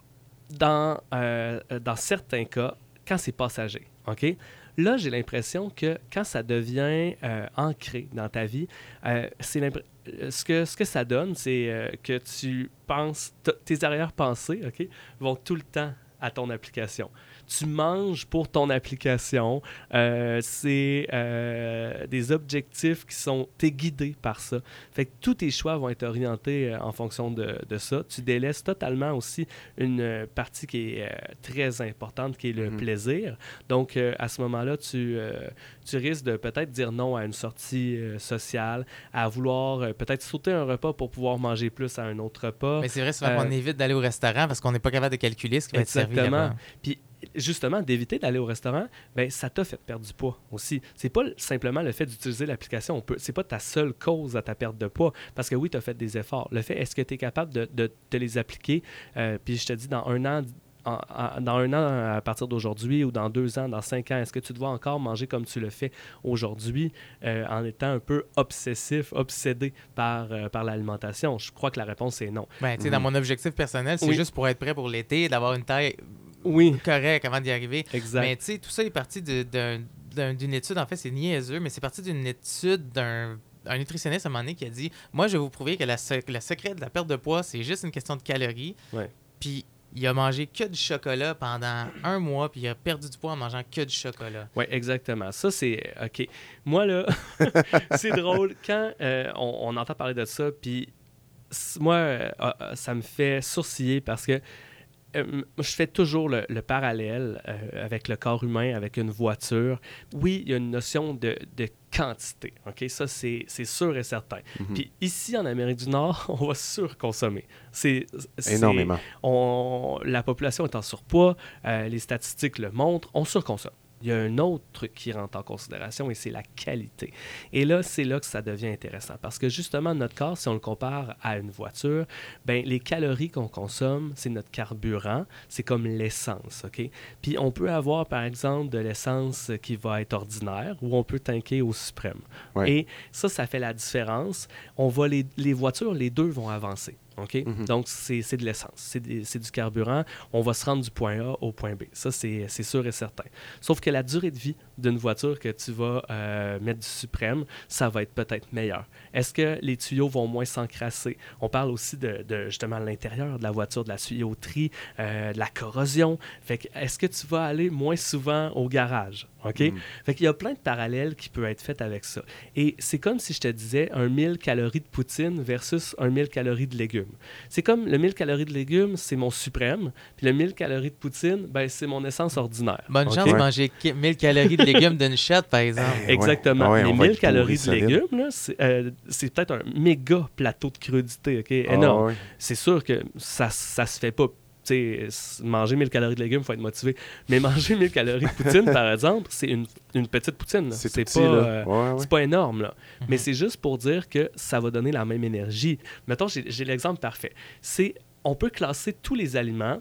D: dans, euh, dans certains cas quand c'est passager. OK? Là, j'ai l'impression que quand ça devient euh, ancré dans ta vie, euh, c'est l'impr- euh, ce, que, ce que ça donne, c'est euh, que tu penses, t- tes arrière-pensées, OK, vont tout le temps à ton application. Tu manges pour ton application. Euh, c'est euh, des objectifs qui sont... T'es guidé par ça. Fait que tous tes choix vont être orientés euh, en fonction de, de ça. Tu délaisses totalement aussi une euh, partie qui est euh, très importante, qui est le
C: Mhm.
D: plaisir. Donc, euh, à ce moment-là, tu, euh, tu risques de peut-être dire non à une sortie euh, sociale, à vouloir euh, peut-être sauter un repas pour pouvoir manger plus à un autre repas.
A: Mais c'est vrai souvent
D: Euh,
A: qu'on évite d'aller au restaurant parce qu'on n'est pas capable de calculer ce qui va être servi
D: Exactement.
A: là-bas.
D: Puis justement, d'éviter d'aller au restaurant, ben ça t'a fait perdre du poids aussi. C'est pas simplement le fait d'utiliser l'application. On peut, c'est pas ta seule cause à ta perte de poids. Parce que oui, tu as fait des efforts. Le fait, est-ce que tu es capable de, de, de les appliquer? Euh, puis je te dis, dans un an, en- en- dans un an à partir d'aujourd'hui ou dans deux ans, dans cinq ans, est-ce que tu dois encore manger comme tu le fais aujourd'hui euh, en étant un peu obsessif, obsédé par, euh, par l'alimentation? Je crois que la réponse est non.
A: Ben, tu sais,
C: Mhm.
A: dans mon objectif personnel, c'est
D: Oui.
A: juste pour être prêt pour l'été, d'avoir une taille
D: Oui,
A: correcte avant d'y arriver.
D: exact.
A: Mais tu sais, tout ça est parti de- d'un- d'un- d'une étude, en fait, c'est niaiseux, mais c'est parti d'une étude d'un un nutritionniste à un moment donné qui a dit « Moi, je vais vous prouver que la, sec- le secret de la perte de poids, c'est juste une question de calories.
D: Ouais. »
A: Puis il a mangé que du chocolat pendant un mois, puis il a perdu du poids en mangeant que du chocolat.
D: Oui, exactement. Ça, c'est OK. Moi, là, c'est drôle. Quand euh, on, on entend parler de ça, puis s- moi, euh, euh, ça me fait sourciller parce que euh, je fais toujours le, le parallèle euh, avec le corps humain, avec une voiture. Oui, il y a une notion de, de quantité. OK? Ça, c'est c'est sûr et certain.
C: Mhm.
D: Puis ici, en Amérique du Nord, on va surconsommer. C'est c'est-
C: Énormément.
D: on- la population est en surpoids, euh, les statistiques le montrent, on surconsomme. Il y a un autre truc qui rentre en considération et c'est la qualité. Et là, c'est là que ça devient intéressant parce que justement, notre corps, si on le compare à une voiture, ben, les calories qu'on consomme, c'est notre carburant, c'est comme l'essence, OK? Puis on peut avoir, par exemple, de l'essence qui va être ordinaire ou on peut tanker au suprême.
C: Ouais.
D: Et ça, ça fait la différence. On va les, les voitures, les deux vont avancer. OK?
C: Mhm.
D: Donc, c'est c'est de l'essence, c'est des- c'est du carburant. On va se rendre du point A au point B. Ça, c'est c'est sûr et certain. Sauf que la durée de vie d'une voiture que tu vas euh, mettre du suprême, ça va être peut-être meilleur. Est-ce que les tuyaux vont moins s'encrasser? On parle aussi de, de justement l'intérieur de la voiture, de la tuyauterie, euh, de la corrosion. Fait que, est-ce que tu vas aller moins souvent au garage? OK?
C: Mhm.
D: Fait qu'il y a plein de parallèles qui peuvent être faits avec ça. Et c'est comme si je te disais un mille calories de poutine versus un mille calories de légumes. C'est comme le mille calories de légumes, c'est mon suprême, puis le mille calories de poutine, ben, c'est mon essence ordinaire.
A: Bonne
D: OK?
A: chance de manger qui- mille calories de légumes d'une shot, par exemple.
D: Exactement.
C: Ouais,
D: Les
C: on va
D: mille
C: être
D: calories de
C: pourri solide.
D: légumes, là, c'est euh, c'est peut-être un méga plateau de crudité, OK?
C: Ah,
D: Énorme.
C: ouais.
D: C'est sûr que ça, ça se fait pas. Tu sais, s- manger mille calories de légumes, il faut être motivé. Mais manger mille calories de poutine, par exemple, c'est une, une petite poutine. là.
C: C'est
D: C'est
C: tout
D: pas,
C: petit, là.
D: euh,
C: Ouais, ouais.
D: c'est pas énorme, là.
A: Mhm.
D: Mais c'est juste pour dire que ça va donner la même énergie. Mettons, j'ai j'ai l'exemple parfait. C'est, on peut classer tous les aliments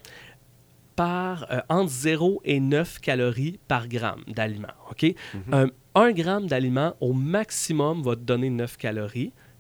D: par euh, entre zéro et neuf calories par gramme d'aliment. OK?
C: Mhm.
D: Un, un gramme d'aliment, au maximum, va te donner neuf calories.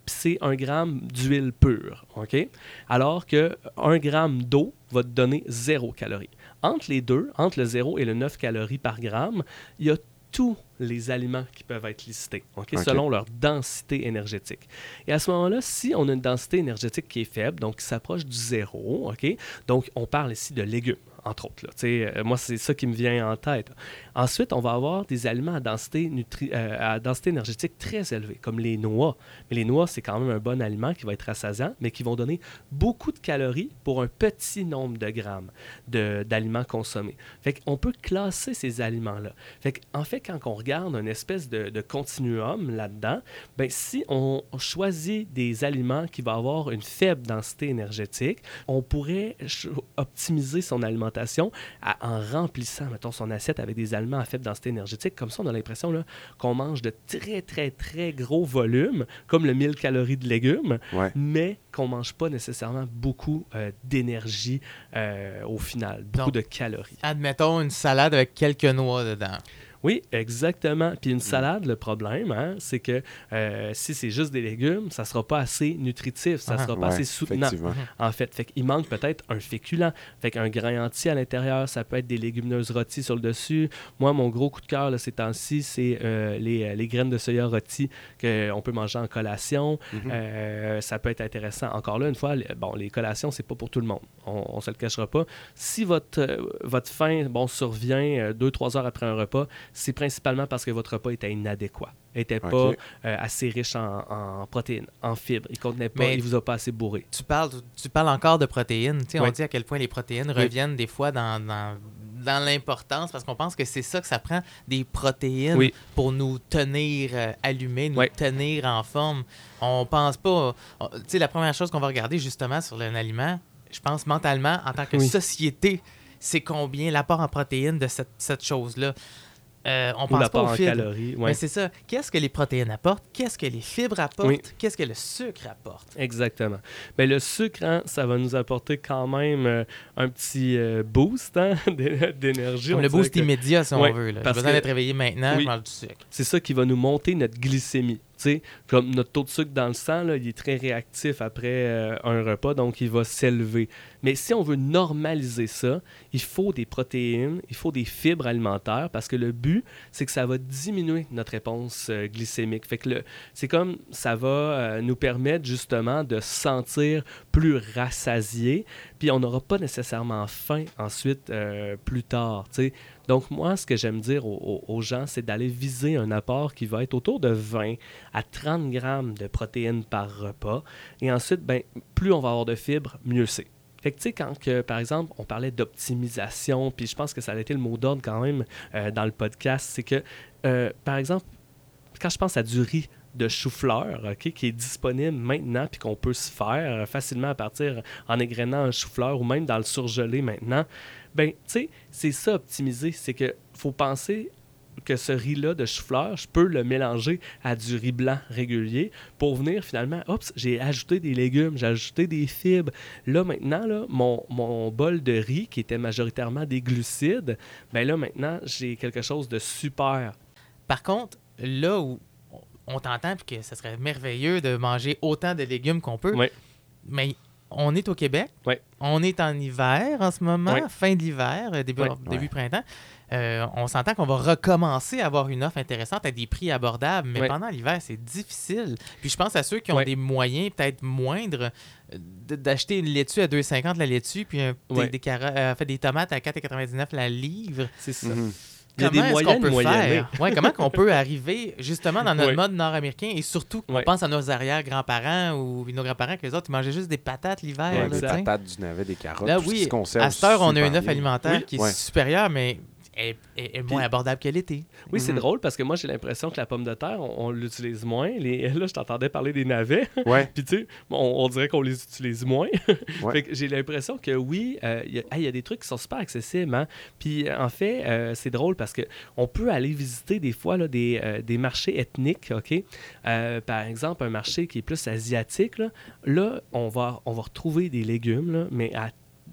D: puis c'est un gramme d'huile pure, OK? Alors que un gramme d'eau va te donner zéro calorie. Entre les deux, entre le zéro et le neuf calories par gramme, il y a tous les aliments qui peuvent être listés, okay,
C: okay.
D: selon leur densité énergétique. Et à ce moment-là, si on a une densité énergétique qui est faible, donc qui s'approche du zéro, okay, donc on parle ici de légumes, entre autres. Là, euh, moi, c'est ça qui me vient en tête. Ensuite, on va avoir des aliments à densité, nutri- euh, à densité énergétique très élevée, comme les noix. Mais les noix, c'est quand même un bon aliment qui va être rassasiant, mais qui vont donner beaucoup de calories pour un petit nombre de grammes de, d'aliments consommés. Fait qu'on peut classer ces aliments-là. Fait qu'en fait, quand on regarde une espèce de, de continuum là-dedans, ben, si on choisit des aliments qui vont avoir une faible densité énergétique, on pourrait ch- optimiser son alimentation à, en remplissant, mettons, son assiette avec des aliments à faible densité énergétique. Comme ça, on a l'impression là, qu'on mange de très, très, très gros volumes, comme le mille calories de légumes,
C: ouais.
D: mais qu'on ne mange pas nécessairement beaucoup euh, d'énergie euh, au final, beaucoup
A: Donc,
D: de calories.
A: Admettons une salade avec quelques noix dedans.
D: Oui, exactement. Puis une salade, le problème, hein, c'est que euh, si c'est juste des légumes, ça ne sera pas assez nutritif, ça ne
A: Ah,
D: sera pas
C: ouais,
D: assez soutenant. En fait, fait qu'il manque peut-être un féculent. Fait qu'un grain entier à l'intérieur, ça peut être des légumineuses rôties sur le dessus. Moi, mon gros coup de cœur là, ces temps-ci, c'est euh, les, les graines de soya rôties qu'on peut manger en collation.
C: Mm-hmm.
D: Euh, ça peut être intéressant. Encore là, une fois, les, bon, les collations, c'est pas pour tout le monde. On ne se le cachera pas. Si votre, euh, votre faim bon, survient euh, deux, trois heures après un repas, c'est principalement parce que votre repas était inadéquat. Il n'était pas
C: okay.
D: euh, assez riche en, en protéines, en fibres. Il contenait pas,
A: Mais
D: il vous a pas assez bourré.
A: Tu parles, tu parles encore de protéines. Tu sais,
D: Oui.
A: On dit à quel point les protéines
C: Oui.
A: reviennent des fois dans, dans, dans l'importance parce qu'on pense que c'est ça que ça prend, des protéines
D: Oui.
A: pour nous tenir euh, allumés, nous
D: Oui.
A: tenir en forme. On pense pas... on- Tu sais, la première chose qu'on va regarder justement sur un aliment, je pense mentalement, en tant que
D: Oui.
A: société, c'est combien l'apport en protéines de cette, cette chose-là. Euh, on
D: Ou
A: pense pas
D: l'apport
A: aux
D: en
A: fibres.
D: calories. Ouais.
A: Mais c'est ça. Qu'est-ce que les protéines apportent? Qu'est-ce que les fibres apportent?
D: Oui.
A: Qu'est-ce que le sucre apporte?
D: Exactement. Mais le sucre, hein, ça va nous apporter quand même euh, un petit euh, boost hein, d'énergie.
A: Comme
D: On
A: le
D: dirait
A: boost
D: que
A: immédiat, si
D: Ouais,
A: on veut. J'ai
D: parce
A: besoin
D: que-
A: d'être réveillé maintenant,
D: Oui.
A: je mange du sucre.
D: C'est ça qui va nous monter notre glycémie. T'sais, comme notre taux de sucre dans le sang, là, il est très réactif après euh, un repas, donc il va s'élever. Mais si on veut normaliser ça, il faut des protéines, il faut des fibres alimentaires, parce que le but, c'est que ça va diminuer notre réponse euh, glycémique. Fait que le, c'est comme ça va euh, nous permettre justement de se sentir plus rassasié, puis on n'aura pas nécessairement faim ensuite euh, plus tard. T'sais. Donc moi, ce que j'aime dire aux, aux gens, c'est d'aller viser un apport qui va être autour de vingt à trente grammes de protéines par repas. Et ensuite, ben, plus on va avoir de fibres, mieux c'est. Fait que tu sais, quand, que, par exemple, on parlait d'optimisation, puis je pense que ça a été le mot d'ordre quand même euh, dans le podcast, c'est que, euh, par exemple, quand je pense à du riz de chou-fleur, okay, qui est disponible maintenant puis qu'on peut se faire euh, facilement à partir en égrenant un chou-fleur ou même dans le surgelé maintenant, ben tu sais, c'est ça optimiser, c'est que faut penser que ce riz-là de chou-fleur, je peux le mélanger à du riz blanc régulier pour venir finalement, oups, j'ai ajouté des légumes, j'ai ajouté des fibres. Là, maintenant, là, mon, mon bol de riz, qui était majoritairement des glucides, ben là, maintenant, j'ai quelque chose de super.
A: Par contre, là où on t'entend puis que ce serait merveilleux de manger autant de légumes qu'on peut,
D: Ouais.
A: mais on est au Québec,
D: Ouais.
A: on est en hiver en ce moment,
D: Ouais.
A: fin de l'hiver, euh, début,
D: Ouais.
A: début
C: Ouais.
A: printemps. Euh, on s'entend qu'on va recommencer à avoir une offre intéressante à des prix abordables, mais
D: Ouais.
A: pendant l'hiver, c'est difficile. Puis je pense à ceux qui ont
D: Ouais.
A: des moyens peut-être moindres euh, d- d'acheter une laitue à deux cinquante la laitue, puis un- des,
D: Ouais.
A: des, cara- euh, fait des tomates à quatre quatre-vingt-dix-neuf la livre.
D: C'est ça.
C: Mm-hmm.
D: Il y a des
A: Comment est-ce
D: moyens
A: qu'on
D: de
A: peut
D: moyenner.
A: faire? Ouais, comment qu'on peut arriver justement dans notre
D: Ouais.
A: mode nord-américain et surtout qu'on
D: Ouais.
A: pense à nos arrière-grands-parents ou nos grands-parents que les autres ils mangeaient juste des patates l'hiver.
C: Ouais,
A: là,
C: des
A: tu sais.
C: patates, du navet, des carottes,
A: Là,
C: tout ce qui
A: oui,
C: se conserve
A: à cette heure, on a
C: super
A: une offre
C: bien.
A: alimentaire
D: Oui.
A: qui est
C: Ouais.
A: supérieure, mais est, est- est moins
C: Puis-
A: abordable que l'été.
D: Oui, c'est
C: Mhm.
D: drôle parce que moi, j'ai l'impression que la pomme de terre, on, on l'utilise moins. Les... Là, je t'entendais parler des navets.
C: Ouais,
D: Puis, tu sais, on, on dirait qu'on les utilise moins.
C: Ouais.
D: Fait que j'ai l'impression que oui, euh, il y, a- hey, il y a des trucs qui sont super accessibles. Hein? Puis, en fait, euh, c'est drôle parce qu'on peut aller visiter des fois là, des, euh, des marchés ethniques. OK? Euh, par exemple, un marché qui est plus asiatique. Là, là on, va, on va retrouver des légumes, là, mais à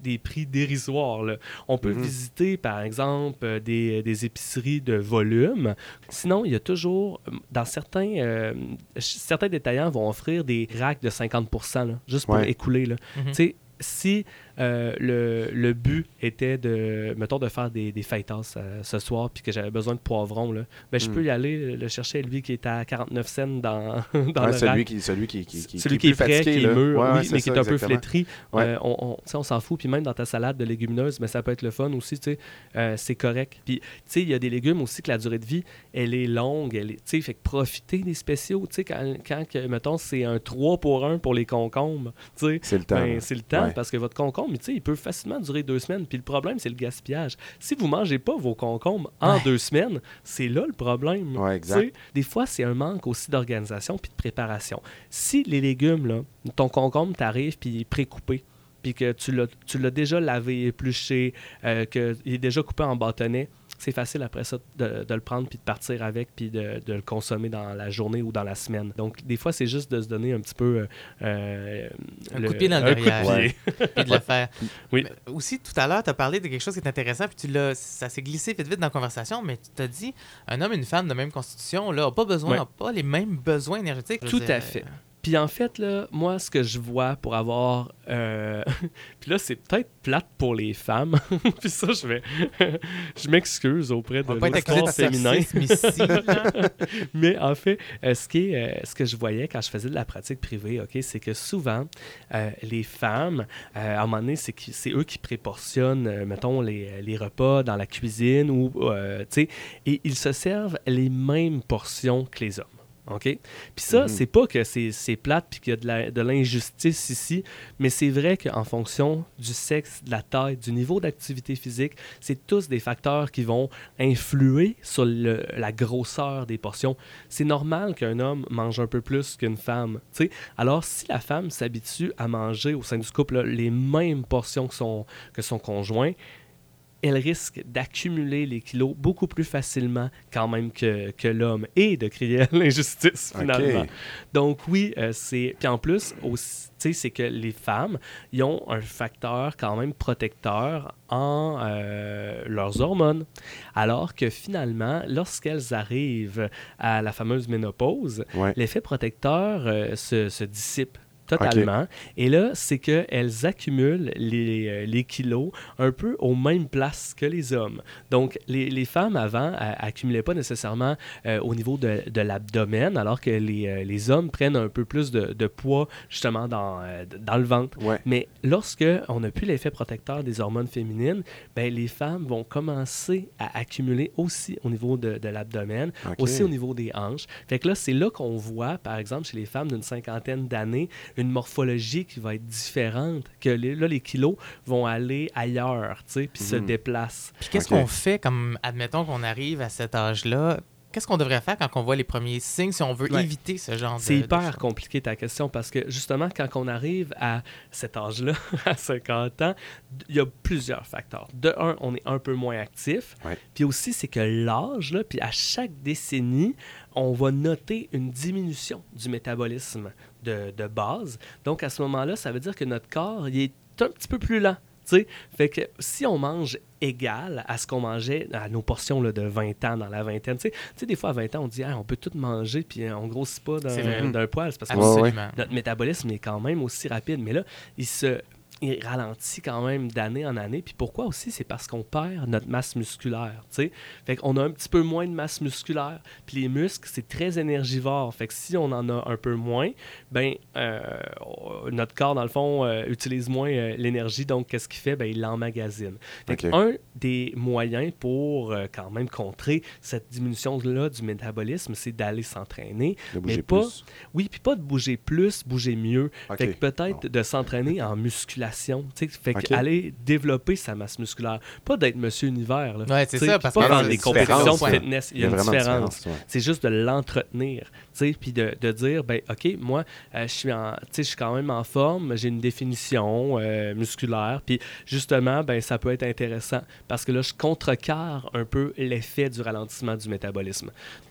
D: des prix dérisoires, là. On peut
C: Mm-hmm.
D: visiter, par exemple, euh, des, des épiceries de volume. Sinon, il y a toujours, dans certains, euh, certains détaillants vont offrir des racks de cinquante pour cent là, juste pour
C: Ouais.
D: écouler. Là.
A: Mhm.
D: Tu sais, si euh, le, le but était de, mettons, de faire des, des fajitas euh, ce soir, puis que j'avais besoin de poivrons, là, ben, je
C: Mm.
D: peux y aller le chercher, lui qui est à quarante-neuf cents dans, dans
C: Ouais,
D: le
C: celui
D: rack.
C: qui, celui qui, qui, qui,
D: Celui
C: qui
D: qui est frais,
C: fatigué,
D: qui est
C: là.
D: mûr,
C: Ouais,
D: oui,
C: ouais, c'est
D: mais qui
C: ça,
D: est un peu
C: exactement.
D: flétri.
C: Ouais.
D: Euh, on, on, tu sais, on s'en fout. Puis même dans ta salade de légumineuses, mais ça peut être le fun aussi, tu sais, euh, c'est correct. Puis, tu sais, il y a des légumes aussi que la durée de vie, elle est longue. Elle est, tu sais, fait que profiter des spéciaux, tu sais, quand, quand que, mettons, c'est un trois pour un pour les concombres, tu sais,
C: C'est le temps.
D: ben,
C: là.
D: c'est le temps
C: Ouais.
D: parce que votre concombre, tu sais, il peut facilement durer deux semaines. Puis le problème, c'est le gaspillage. Si vous mangez pas vos concombres en
A: Ouais.
D: deux semaines, c'est là le problème.
C: Ouais, exact.
D: Tu sais, des fois, c'est un manque aussi d'organisation puis de préparation. Si les légumes, là, ton concombre t'arrive puis il est pré-coupé, puis que tu l'as, tu l'as déjà lavé, épluché, euh, qu'il est déjà coupé en bâtonnets, c'est facile après ça de, de le prendre puis de partir avec puis de, de le consommer dans la journée ou dans la semaine. Donc, des fois, c'est juste de se donner un petit peu... euh,
A: Un
D: le-
A: coup de pied dans le
D: un coup de
A: derrière.
D: pied.
A: Et de le faire.
D: Oui.
A: Mais aussi, tout à l'heure, tu as parlé de quelque chose qui est intéressant, puis tu l'as, ça s'est glissé vite vite dans la conversation, mais tu t'as dit, un homme et une femme de même constitution, là, n'ont pas besoin,
D: Ouais.
A: n'ont pas les mêmes besoins énergétiques. Je veux
D: Tout
A: dire,
D: à fait. Puis en fait, là, moi, ce que je vois pour avoir... euh, Puis là, c'est peut-être plate pour les femmes. Puis ça, je vais... je m'excuse auprès de
A: On va pas être accusé
D: l'auditoire
A: de
D: féminin.
A: sexisme ici. là.
D: Mais en fait, euh, ce, qui est, euh, ce que je voyais quand je faisais de la pratique privée, ok, c'est que souvent, euh, les femmes, euh, à un moment donné, c'est, qui- c'est eux qui préportionnent, euh, mettons, les, les repas dans la cuisine, ou, euh, tu sais, et ils se servent les mêmes portions que les hommes. OK? Puis ça,
C: Mhm.
D: c'est pas que c'est, c'est plate puis qu'il y a de, la- de l'injustice ici, mais c'est vrai qu'en fonction du sexe, de la taille, du niveau d'activité physique, c'est tous des facteurs qui vont influer sur le- la grosseur des portions. C'est normal qu'un homme mange un peu plus qu'une femme, tu sais. Alors, si la femme s'habitue à manger au sein du couple là, les mêmes portions que son, que son conjoint, elle risque d'accumuler les kilos beaucoup plus facilement quand même que, que l'homme et de créer l'injustice finalement.
C: OK.
D: Donc oui, euh, c'est... Puis en plus, aussi, tu sais, c'est que les femmes, ils ont un facteur quand même protecteur en euh, leurs hormones. Alors que finalement, lorsqu'elles arrivent à la fameuse ménopause,
C: Ouais.
D: l'effet protecteur euh, se, se dissipe totalement. Et là, c'est qu'elles accumulent les, euh, les kilos un peu aux mêmes places que les hommes. Donc, les, les femmes, avant, accumulaient pas nécessairement euh, au niveau de, de l'abdomen, alors que les, euh, les hommes prennent un peu plus de, de poids, justement, dans, euh, dans le ventre.
C: Ouais.
D: Mais lorsque on n'a plus l'effet protecteur des hormones féminines, ben, les femmes vont commencer à accumuler aussi au niveau de, de l'abdomen,
C: OK.
D: aussi au niveau des hanches. Fait que là, c'est là qu'on voit, par exemple, chez les femmes d'une cinquantaine d'années, une morphologie qui va être différente, que les, là, les kilos vont aller ailleurs, tu sais, puis se
C: Mhm.
D: déplacent.
A: Puis qu'est-ce
C: OK.
A: qu'on fait comme, admettons qu'on arrive à cet âge-là, qu'est-ce qu'on devrait faire quand on voit les premiers signes si on veut
D: Ouais.
A: éviter ce genre de...
D: C'est
A: de
D: hyper
A: choses?
D: compliqué ta question parce que justement, quand on arrive à cet âge-là, à cinquante ans, il y a plusieurs facteurs. De un, on est un peu moins actif.
C: Ouais.
D: Puis aussi, c'est que l'âge, là, puis à chaque décennie, on va noter une diminution du métabolisme de, de base. Donc à ce moment-là, ça veut dire que notre corps il est un petit peu plus lent. T'sais, fait que si on mange égal à ce qu'on mangeait à nos portions là, de vingt ans dans la vingtaine, tu sais, des fois à vingt ans, on dit ah, on peut tout manger puis euh, on grossit pas
A: C'est vrai.
D: d'un, d'un poil. C'est parce que
C: Ouais, ouais.
A: Absolument.
D: notre métabolisme est quand même aussi rapide. Mais là, il se il ralentit quand même d'année en année. Puis pourquoi aussi? C'est parce qu'on perd notre masse musculaire, tu sais. Fait qu'on a un petit peu moins de masse musculaire. Puis les muscles, c'est très énergivore. Fait que si on en a un peu moins, ben euh, notre corps, dans le fond, euh, utilise moins euh, l'énergie. Donc, qu'est-ce qu'il fait? Ben, il l'emmagasine. Fait
C: OK.
D: qu'un des moyens pour euh, quand même contrer cette diminution-là du métabolisme, c'est d'aller s'entraîner.
C: De bouger
D: mais pas-
C: plus.
D: Oui, puis pas de bouger plus, bouger mieux.
C: OK.
D: Fait que peut-être
C: Bon.
D: de s'entraîner en musculation. Tu sais, fait
C: OK.
D: qu'aller développer sa masse musculaire. Pas d'être Monsieur Univers. Là.
A: Ouais, c'est
D: Tu sais,
A: ça,
D: puis
A: parce
D: pas
A: que
D: dans
A: c'est
D: des
A: une
D: compétitions de
A: différence, ouais.
D: fitness. Il y a, une
C: vraiment
D: différence.
C: différence, ouais.
D: C'est juste de l'entretenir. Tu sais, puis de, de dire, ben OK, moi, euh, je suis en, tu sais, je suis quand même en forme, j'ai une définition euh, musculaire, puis justement, ben ça peut être intéressant parce que là, je contrecarre un peu l'effet du ralentissement du métabolisme.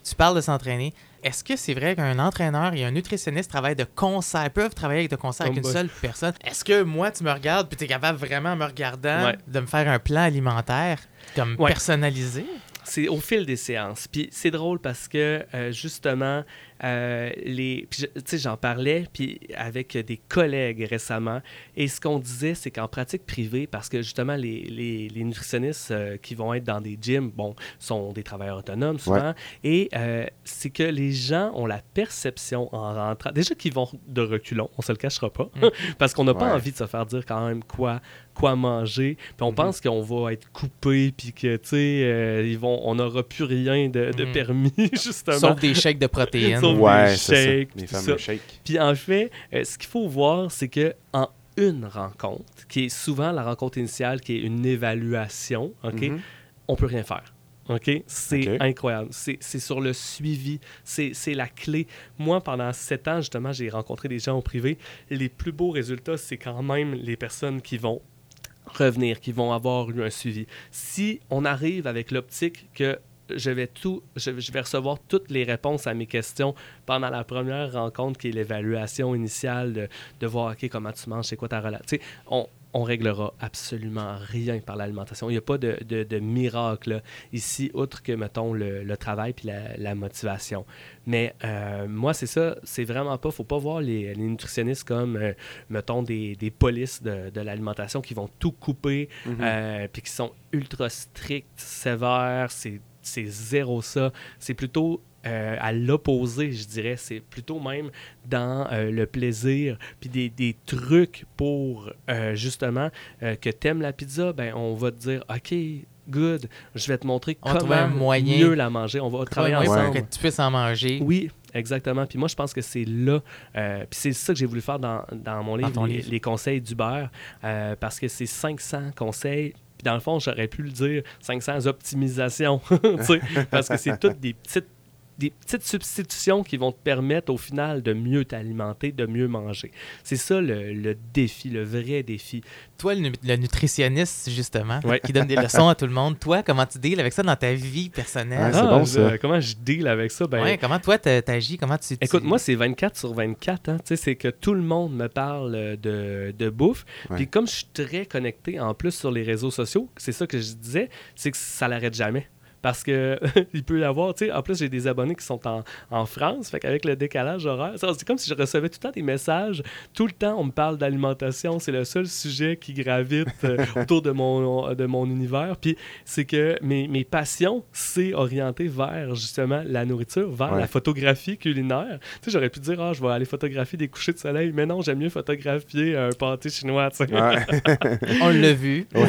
A: tu parles de s'entraîner. Est-ce que c'est vrai qu'un entraîneur et un nutritionniste travaillent de concert, peuvent travailler avec de concert avec
D: Oh
A: une
D: boy.
A: seule personne? Est-ce que moi, tu me regardes puis tu es capable vraiment, en me regardant,
D: Ouais.
A: de me faire un plan alimentaire comme
D: Ouais.
A: personnalisé?
D: C'est au fil des séances. Puis c'est drôle parce que, euh, justement, euh, les, puis je- tu sais, j'en parlais puis avec des collègues récemment. Et ce qu'on disait, c'est qu'en pratique privée, parce que justement, les, les, les nutritionnistes euh, qui vont être dans des gyms, bon, sont des travailleurs autonomes souvent.
C: Ouais.
D: Et euh, c'est que les gens ont la perception en rentrant, déjà qu'ils vont de reculons, on se le cachera pas,
A: Mm.
D: parce qu'on n'a pas
C: Ouais.
D: envie de se faire dire quand même quoi, quoi manger. Puis on
C: Mhm.
D: pense qu'on va être coupé, puis que, tu sais, euh, ils vont, on n'aura plus rien de, de
A: Mhm.
D: permis, justement.
A: Sauf des shakes de protéines.
D: Sauf-
C: Ouais,
D: des
C: c'est ça.
D: shakes,
C: Les
D: tout
C: fameux
D: ça.
C: shakes.
D: Puis en fait, euh, ce qu'il faut voir, c'est que en une rencontre, qui est souvent la rencontre initiale, qui est une évaluation, OK,
C: Mhm.
D: on peut rien faire. OK? C'est
C: OK.
D: incroyable. C'est c'est sur le suivi. C'est c'est la clé. Moi, pendant sept ans, justement, j'ai rencontré des gens au privé. Les plus beaux résultats, c'est quand même les personnes qui vont revenir, qui vont avoir eu un suivi. Si on arrive avec l'optique que je vais tout, je, je vais recevoir toutes les réponses à mes questions pendant la première rencontre, qui est l'évaluation initiale de, de voir, OK, comment tu manges, c'est quoi ta relation. Tu sais, on, on réglera absolument rien par l'alimentation. Il n'y a pas de, de, de miracle là, ici, outre que, mettons, le, le travail puis la, la motivation. Mais euh, moi, c'est ça, c'est vraiment pas, faut pas voir les, les nutritionnistes comme, euh, mettons, des, des polices de, de l'alimentation qui vont tout couper,
C: Mhm.
D: euh, puis qui sont ultra stricts, sévères, c'est c'est zéro ça. C'est plutôt euh, à l'opposé, je dirais. C'est plutôt même dans euh, le plaisir, puis des, des trucs pour, euh, justement, euh, que t'aimes la pizza, ben on va te dire, OK, good, je vais te montrer
A: On va trouver un
D: comment
A: moyen-
D: mieux la manger. On va travailler
A: Ouais,
D: ensemble.
A: pour que tu puisses en manger.
D: Oui, exactement. Puis moi, je pense que c'est là, euh, puis c'est ça que j'ai voulu faire dans, dans mon livre,
A: ton
D: les,
A: livre.
D: les conseils d'Hubert, euh, parce que c'est cinq cents conseils. Puis dans le fond, j'aurais pu le dire cinq cents optimisations, tu sais, parce que c'est toutes des petites, des petites substitutions qui vont te permettre au final de mieux t'alimenter, de mieux manger. C'est ça le, le défi, le vrai défi.
A: Toi, le, nu- le nutritionniste, justement,
D: Ouais.
A: qui donne des leçons à tout le monde, toi, comment tu deals avec ça dans ta vie personnelle?
C: Ouais, c'est bon, ça.
D: je- comment je deal avec ça? Ben,
A: Ouais, comment toi, t'a- t'agis? Comment tu... tu-
D: écoute, moi, c'est vingt-quatre sur vingt-quatre. Hein. Tu sais, c'est que tout le monde me parle euh, de, de bouffe.
C: Ouais.
D: Puis comme je suis très connecté en plus sur les réseaux sociaux, c'est ça que je disais, c'est que ça l'arrête jamais. Parce que il peut y avoir, tu sais, en plus, j'ai des abonnés qui sont en, en France, fait qu'avec le décalage horaire, ça, c'est comme si je recevais tout le temps des messages. Tout le temps, on me parle d'alimentation. C'est le seul sujet qui gravite euh, autour de mon, de mon univers. Puis c'est que mes, mes passions, c'est orienté vers, justement, la nourriture, vers
C: Ouais.
D: la photographie culinaire. Tu sais, j'aurais pu dire, ah, je vais aller photographier des couchers de soleil, mais non, j'aime mieux photographier un pâté chinois, tu sais.
C: Ouais.
A: On l'a vu.
D: Ouais.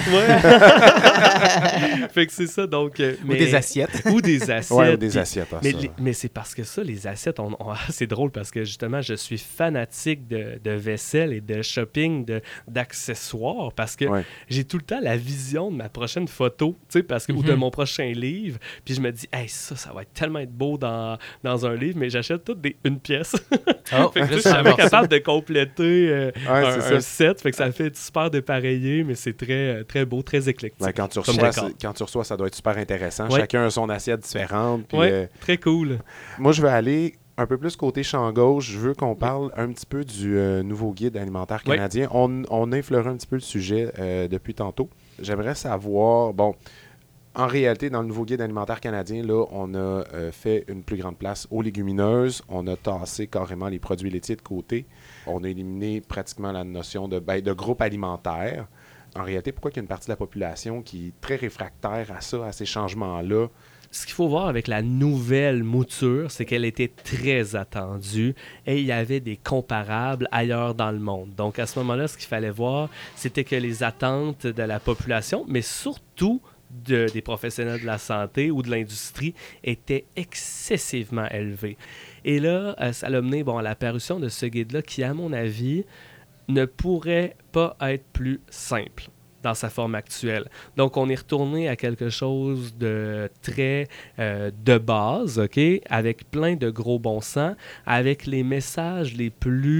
D: Fait que c'est ça, donc... euh,
A: Ou
D: mais-
A: des assiettes.
D: Ou des assiettes.
C: Ouais, ou des
D: puis-
C: assiettes. ah,
D: mais,
C: ça.
D: les- mais c'est parce que ça, les assiettes, on- on- c'est drôle parce que justement, je suis fanatique de, de vaisselle et de shopping, de, d'accessoires, parce que
C: Ouais.
D: j'ai tout le temps la vision de ma prochaine photo, tu sais, parce que, ou de
A: Mhm.
D: mon prochain livre, puis je me dis, hey, ça, ça va être tellement être beau dans, dans un livre, mais j'achète toutes des une pièce.
A: Oh,
D: Fait que, tu sais,
A: juste
D: je suis jamais
A: savoir ça.
D: capable de compléter euh,
C: Ouais,
D: un,
C: c'est
D: un
C: ça.
D: set, fait que ça fait super dépareillé, mais c'est très, très beau, très éclectique.
C: Ben, quand, tu
D: Comme
C: reçois,
D: décor.
C: c'est- quand tu reçois, ça doit être super intéressant.
D: Ouais.
C: Chacun a son assiette différente. puis,
D: Ouais,
C: euh,
D: très cool.
C: moi, je vais aller un peu plus côté champ gauche. Je veux qu'on parle un petit peu du euh, nouveau guide alimentaire
D: Oui.
C: canadien. On, on a effleuré un petit peu le sujet euh, depuis tantôt. J'aimerais savoir, bon, en réalité, dans le nouveau guide alimentaire canadien, là, on a euh, fait une plus grande place aux légumineuses. On a tassé carrément les produits laitiers de côté. On a éliminé pratiquement la notion de, ben, de groupe alimentaire. En réalité, pourquoi il y a une partie de la population qui est très réfractaire à ça, à ces changements-là?
D: Ce qu'il faut voir avec la nouvelle mouture, c'est qu'elle était très attendue et il y avait des comparables ailleurs dans le monde. Donc, à ce moment-là, ce qu'il fallait voir, c'était que les attentes de la population, mais surtout de, des professionnels de la santé ou de l'industrie, étaient excessivement élevées. Et là, euh, ça l'a mené bon, à l'apparition de ce guide-là qui, à mon avis, ne pourrait pas être plus simple dans sa forme actuelle. Donc, on est retourné à quelque chose de très euh, de base, OK? Avec plein de gros bon sens, avec les messages les plus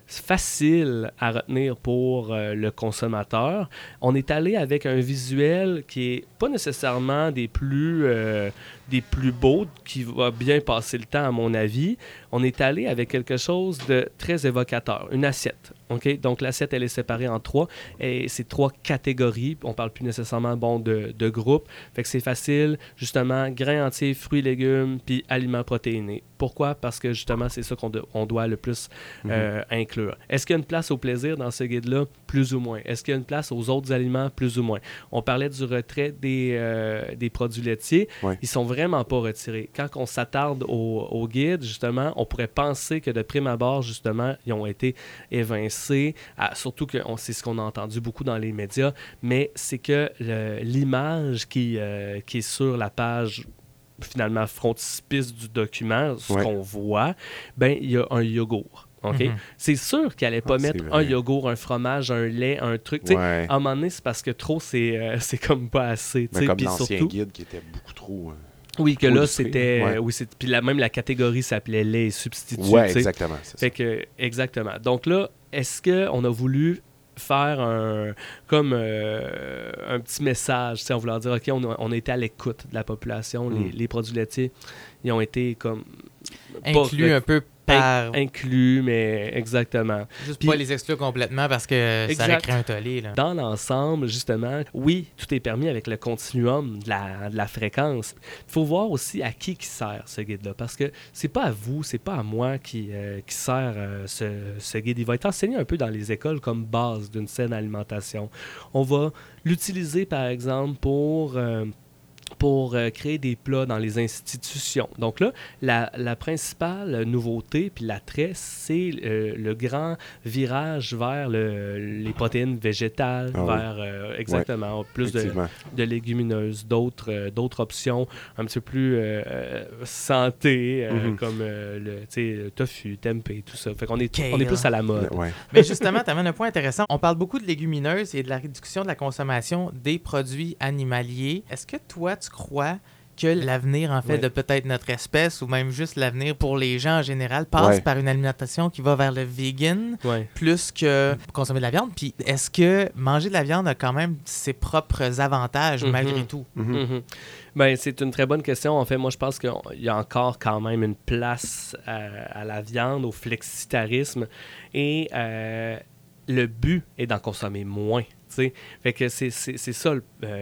D: facile à retenir pour euh, le consommateur. On est allé avec un visuel qui est pas nécessairement des plus, euh, des plus beaux, qui va bien passer le temps à mon avis. On est allé avec quelque chose de très évocateur, une assiette. Okay? Donc l'assiette, elle est séparée en trois, et c'est trois catégories. On parle plus nécessairement bon, de, de groupe. Fait que c'est facile, justement, grains entiers, fruits, légumes, puis aliments protéinés. Pourquoi? Parce que justement, c'est ça qu'on do- on doit le plus euh, mm-hmm. inclure. Est-ce qu'il y a une place au plaisir dans ce guide-là? Plus ou moins. Est-ce qu'il y a une place aux autres aliments? Plus ou moins. On parlait du retrait des, euh, des produits laitiers. Ouais. Ils sont vraiment pas retirés. Quand on s'attarde au, au guide, justement, on pourrait penser que de prime abord, justement, ils ont été évincés. À, surtout que on, c'est ce qu'on a entendu beaucoup dans les médias, mais c'est que le, l'image qui, euh, qui est sur la page finalement frontispice du document, ce ouais. qu'on voit, ben il y a un yogourt. Okay? Mm-hmm. C'est sûr qu'elle n'allait pas ah, mettre un yogourt, un fromage, un lait, un truc. Ouais. À un moment donné, c'est parce que trop, c'est, euh, c'est comme pas assez.
C: Ben, comme l'ancien surtout, guide qui était beaucoup trop... Euh...
D: Oui, que là, c'était... Ouais. Oui, c'est, puis la, même la catégorie s'appelait lait et substitut.
C: Oui, exactement. C'est
D: fait
C: ça.
D: Que, exactement. Donc là, est-ce qu'on a voulu faire un comme euh, un petit message, en voulant dire, OK, on a, on a été à l'écoute de la population, mm. les, les produits laitiers, ils ont été comme...
A: inclus pas, un peu par...
D: In, inclus, mais exactement.
A: Juste Puis, pas les exclure complètement parce que exact. Ça aurait créé un tollé. Là.
D: Dans l'ensemble, justement, oui, tout est permis avec le continuum de la, de la fréquence. Il faut voir aussi à qui qui sert ce guide-là, parce que c'est pas à vous, c'est pas à moi qui, euh, qui sert euh, ce, ce guide. Il va être enseigné un peu dans les écoles comme base d'une saine alimentation. On va l'utiliser, par exemple, pour... Euh, pour euh, créer des plats dans les institutions. Donc là, la, la principale nouveauté puis l'attrait, c'est euh, le grand virage vers le, les protéines végétales, oh, vers euh, exactement ouais, plus de, de légumineuses, d'autres, euh, d'autres options un petit peu plus euh, santé, euh, mm-hmm. comme euh, le, le tofu, tempeh, tout ça. Fait qu'on est, on est plus à la mode.
A: Ouais. Mais justement, tu amènes un point intéressant. On parle beaucoup de légumineuses et de la réduction de la consommation des produits animaliers. Est-ce que toi, tu crois que l'avenir, en fait, ouais. de peut-être notre espèce ou même juste l'avenir pour les gens en général passe ouais. par une alimentation qui va vers le vegan ouais. plus que consommer de la viande? Puis est-ce que manger de la viande a quand même ses propres avantages mm-hmm. malgré tout?
D: Mm-hmm. Mm-hmm. Ben, c'est une très bonne question. En fait, moi, je pense qu'il y a encore quand même une place à, à la viande, au flexitarisme et euh, le but est d'en consommer moins. T'sais. Fait que c'est, c'est, c'est ça le,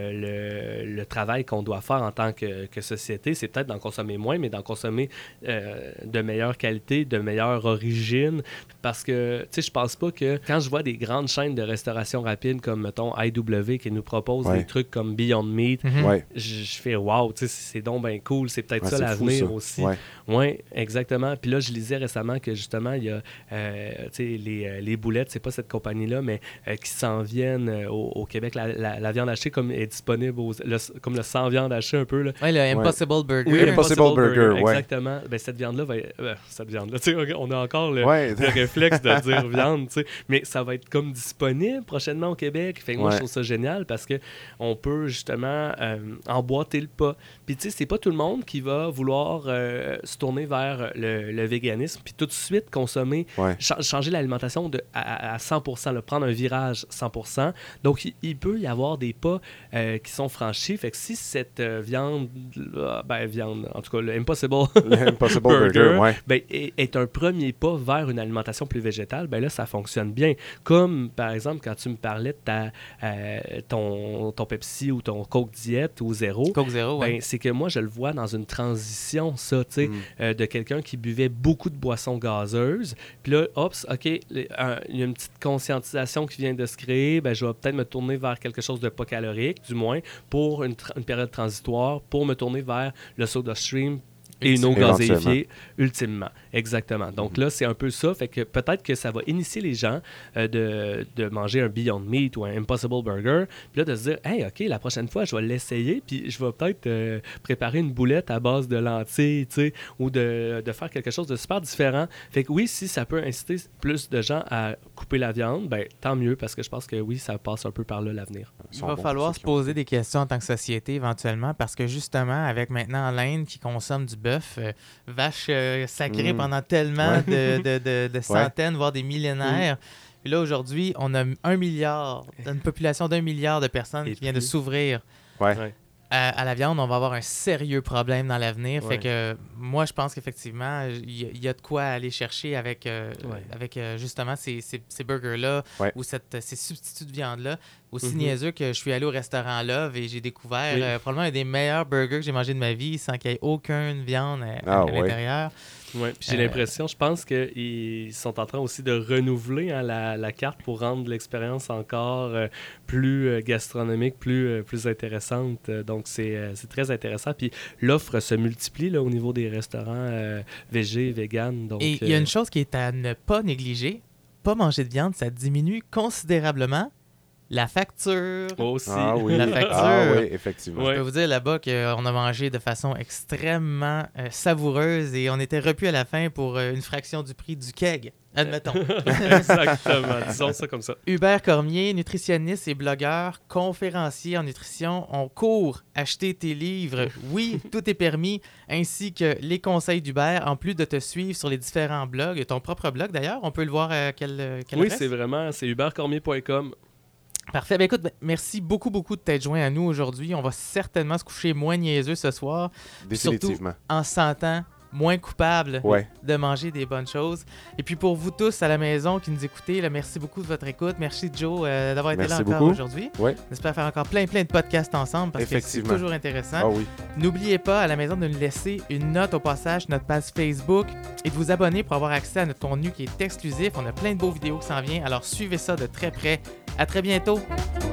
D: euh, le, le travail qu'on doit faire en tant que, que société. C'est peut-être d'en consommer moins, mais d'en consommer euh, de meilleure qualité, de meilleure origine. Parce que, tu sais, je pense pas que quand je vois des grandes chaînes de restauration rapide comme, mettons, I W qui nous proposent ouais. des trucs comme Beyond Meat, mm-hmm. ouais. je, je fais « wow », tu sais, c'est donc bien cool. C'est peut-être ouais, ça l'avenir fou, ça. Aussi. Oui, ouais, exactement. Puis là, je lisais récemment que justement, il y a, euh, tu sais, les, les boulettes, c'est pas cette compagnie-là, mais euh, qui s'en viennent euh, Au, au Québec, la, la, la viande hachée comme est disponible, aux, le, comme le sans viande hachée un peu.
A: Oui, le Impossible ouais. Burger.
D: Oui, Impossible, Impossible Burger, Burger ouais. exactement. Ben, cette viande-là, va être, euh, cette viande-là, tu sais, on a encore le, ouais. le réflexe de dire viande, tu sais, mais ça va être comme disponible prochainement au Québec. Fait que moi, ouais. je trouve ça génial parce qu'on peut justement euh, emboîter le pas. Puis, tu sais, c'est pas tout le monde qui va vouloir euh, se tourner vers le, le véganisme puis tout de suite consommer, ouais. ch- changer l'alimentation de, à, à cent pour cent, là, prendre un virage cent pour cent. Donc, il, il peut y avoir des pas euh, qui sont franchis. Fait que si cette euh, viande, là, ben viande, en tout cas, le Impossible,
C: le Impossible Burger, Burger ouais.
D: ben, est, est un premier pas vers une alimentation plus végétale, ben là, ça fonctionne bien. Comme, par exemple, quand tu me parlais de ta, euh, ton, ton Pepsi ou ton Coke Diet ou Zéro,
A: Coke Zéro,
D: ben,
A: ouais.
D: c'est que moi, je le vois dans une transition, ça, tu sais, mm. euh, de quelqu'un qui buvait beaucoup de boissons gazeuses. Puis là, oups, OK, il y a une petite conscientisation qui vient de se créer, ben, je vais peut-être me tourner vers quelque chose de pas calorique, du moins, pour une, tra- une période transitoire, pour me tourner vers le SodaStream et une eau gazéifiée, ultimement. Exactement. Donc mm-hmm. là, c'est un peu ça. Fait que peut-être que ça va initier les gens euh, de, de manger un Beyond Meat ou un Impossible Burger, puis là, de se dire, « Hey, OK, la prochaine fois, je vais l'essayer, puis je vais peut-être euh, préparer une boulette à base de lentilles, tu sais, ou de, de faire quelque chose de super différent. » Fait que oui, si ça peut inciter plus de gens à couper la viande, ben, tant mieux, parce que je pense que oui, ça passe un peu par là l'avenir.
A: Il va falloir se poser des questions en tant que société éventuellement, parce que justement, avec maintenant l'Inde qui consomme du bœuf, euh, vache euh, sacrée
C: Mm.
A: pendant tellement
C: Ouais.
A: de, de, de, de centaines, voire des millénaires. Puis là, aujourd'hui, on a un milliard, une population d'un milliard de personnes
D: Et
A: qui vient de
D: plus.
A: s'ouvrir
C: Ouais.
D: Ouais.
A: à, à la viande. On va avoir un sérieux problème dans l'avenir.
D: Ouais.
A: Fait que moi, je pense qu'effectivement, il y, a- il y a de quoi aller chercher avec, euh,
D: Ouais.
A: avec euh, justement ces, ces, ces burgers-là
C: Ouais.
A: ou cette, ces substituts de viande-là. Aussi
D: Mhm.
A: niaiseux que je suis allé au restaurant Love et j'ai découvert
D: Oui.
A: euh, probablement un des meilleurs burgers que j'ai mangé de ma vie sans qu'il y ait aucune viande à,
C: Ah,
A: à
C: ouais.
A: l'intérieur.
D: Ouais, puis j'ai
A: Euh,
D: l'impression, je pense qu'ils sont en train aussi de renouveler hein, la, la carte pour rendre l'expérience encore euh, plus euh, gastronomique, plus, euh, plus intéressante. Euh, donc, c'est euh, c'est très intéressant. Puis l'offre se multiplie là, au niveau des restaurants euh, végé, vegan. Donc,
A: Et il y a
D: euh,
A: une chose qui est à ne pas négliger. Pas manger de viande, ça diminue considérablement la facture.
D: aussi.
C: Ah oui,
A: La facture.
C: ah oui, effectivement.
D: Ouais.
A: Je peux vous dire là-bas qu'on a mangé de façon extrêmement euh, savoureuse et on était repu à la fin pour euh, une fraction du prix du keg, admettons.
D: Exactement, disons ça comme ça.
A: Hubert Cormier, nutritionniste et blogueur, conférencier en nutrition. On court acheter tes livres. Oui, tout est permis, ainsi que les conseils d'Hubert, en plus de te suivre sur les différents blogs. Ton propre blog d'ailleurs, on peut le voir à quelle, quelle
D: Oui,
A: adresse?
D: c'est vraiment, c'est hubert cormier point com.
A: Parfait. Ben écoute, ben, merci beaucoup, beaucoup de t'être joint à nous aujourd'hui. On va certainement se coucher moins niaiseux ce soir,
C: Définitivement.
A: en se sentant moins coupable
C: Ouais.
A: de manger des bonnes choses. Et puis pour vous tous à la maison qui nous écoutez, là, merci beaucoup de votre écoute. Merci Joe euh, d'avoir été là
C: Merci
A: encore
C: beaucoup.
A: aujourd'hui.
C: Ouais.
A: On espère faire encore plein, plein de podcasts ensemble parce que c'est
C: Effectivement.
A: toujours intéressant.
C: Ah oui.
A: N'oubliez pas à la maison de nous laisser une note au passage sur notre page Facebook et de vous abonner pour avoir accès à notre contenu qui est exclusif. On a plein de beaux vidéos qui s'en viennent, alors suivez ça de très près. À très bientôt!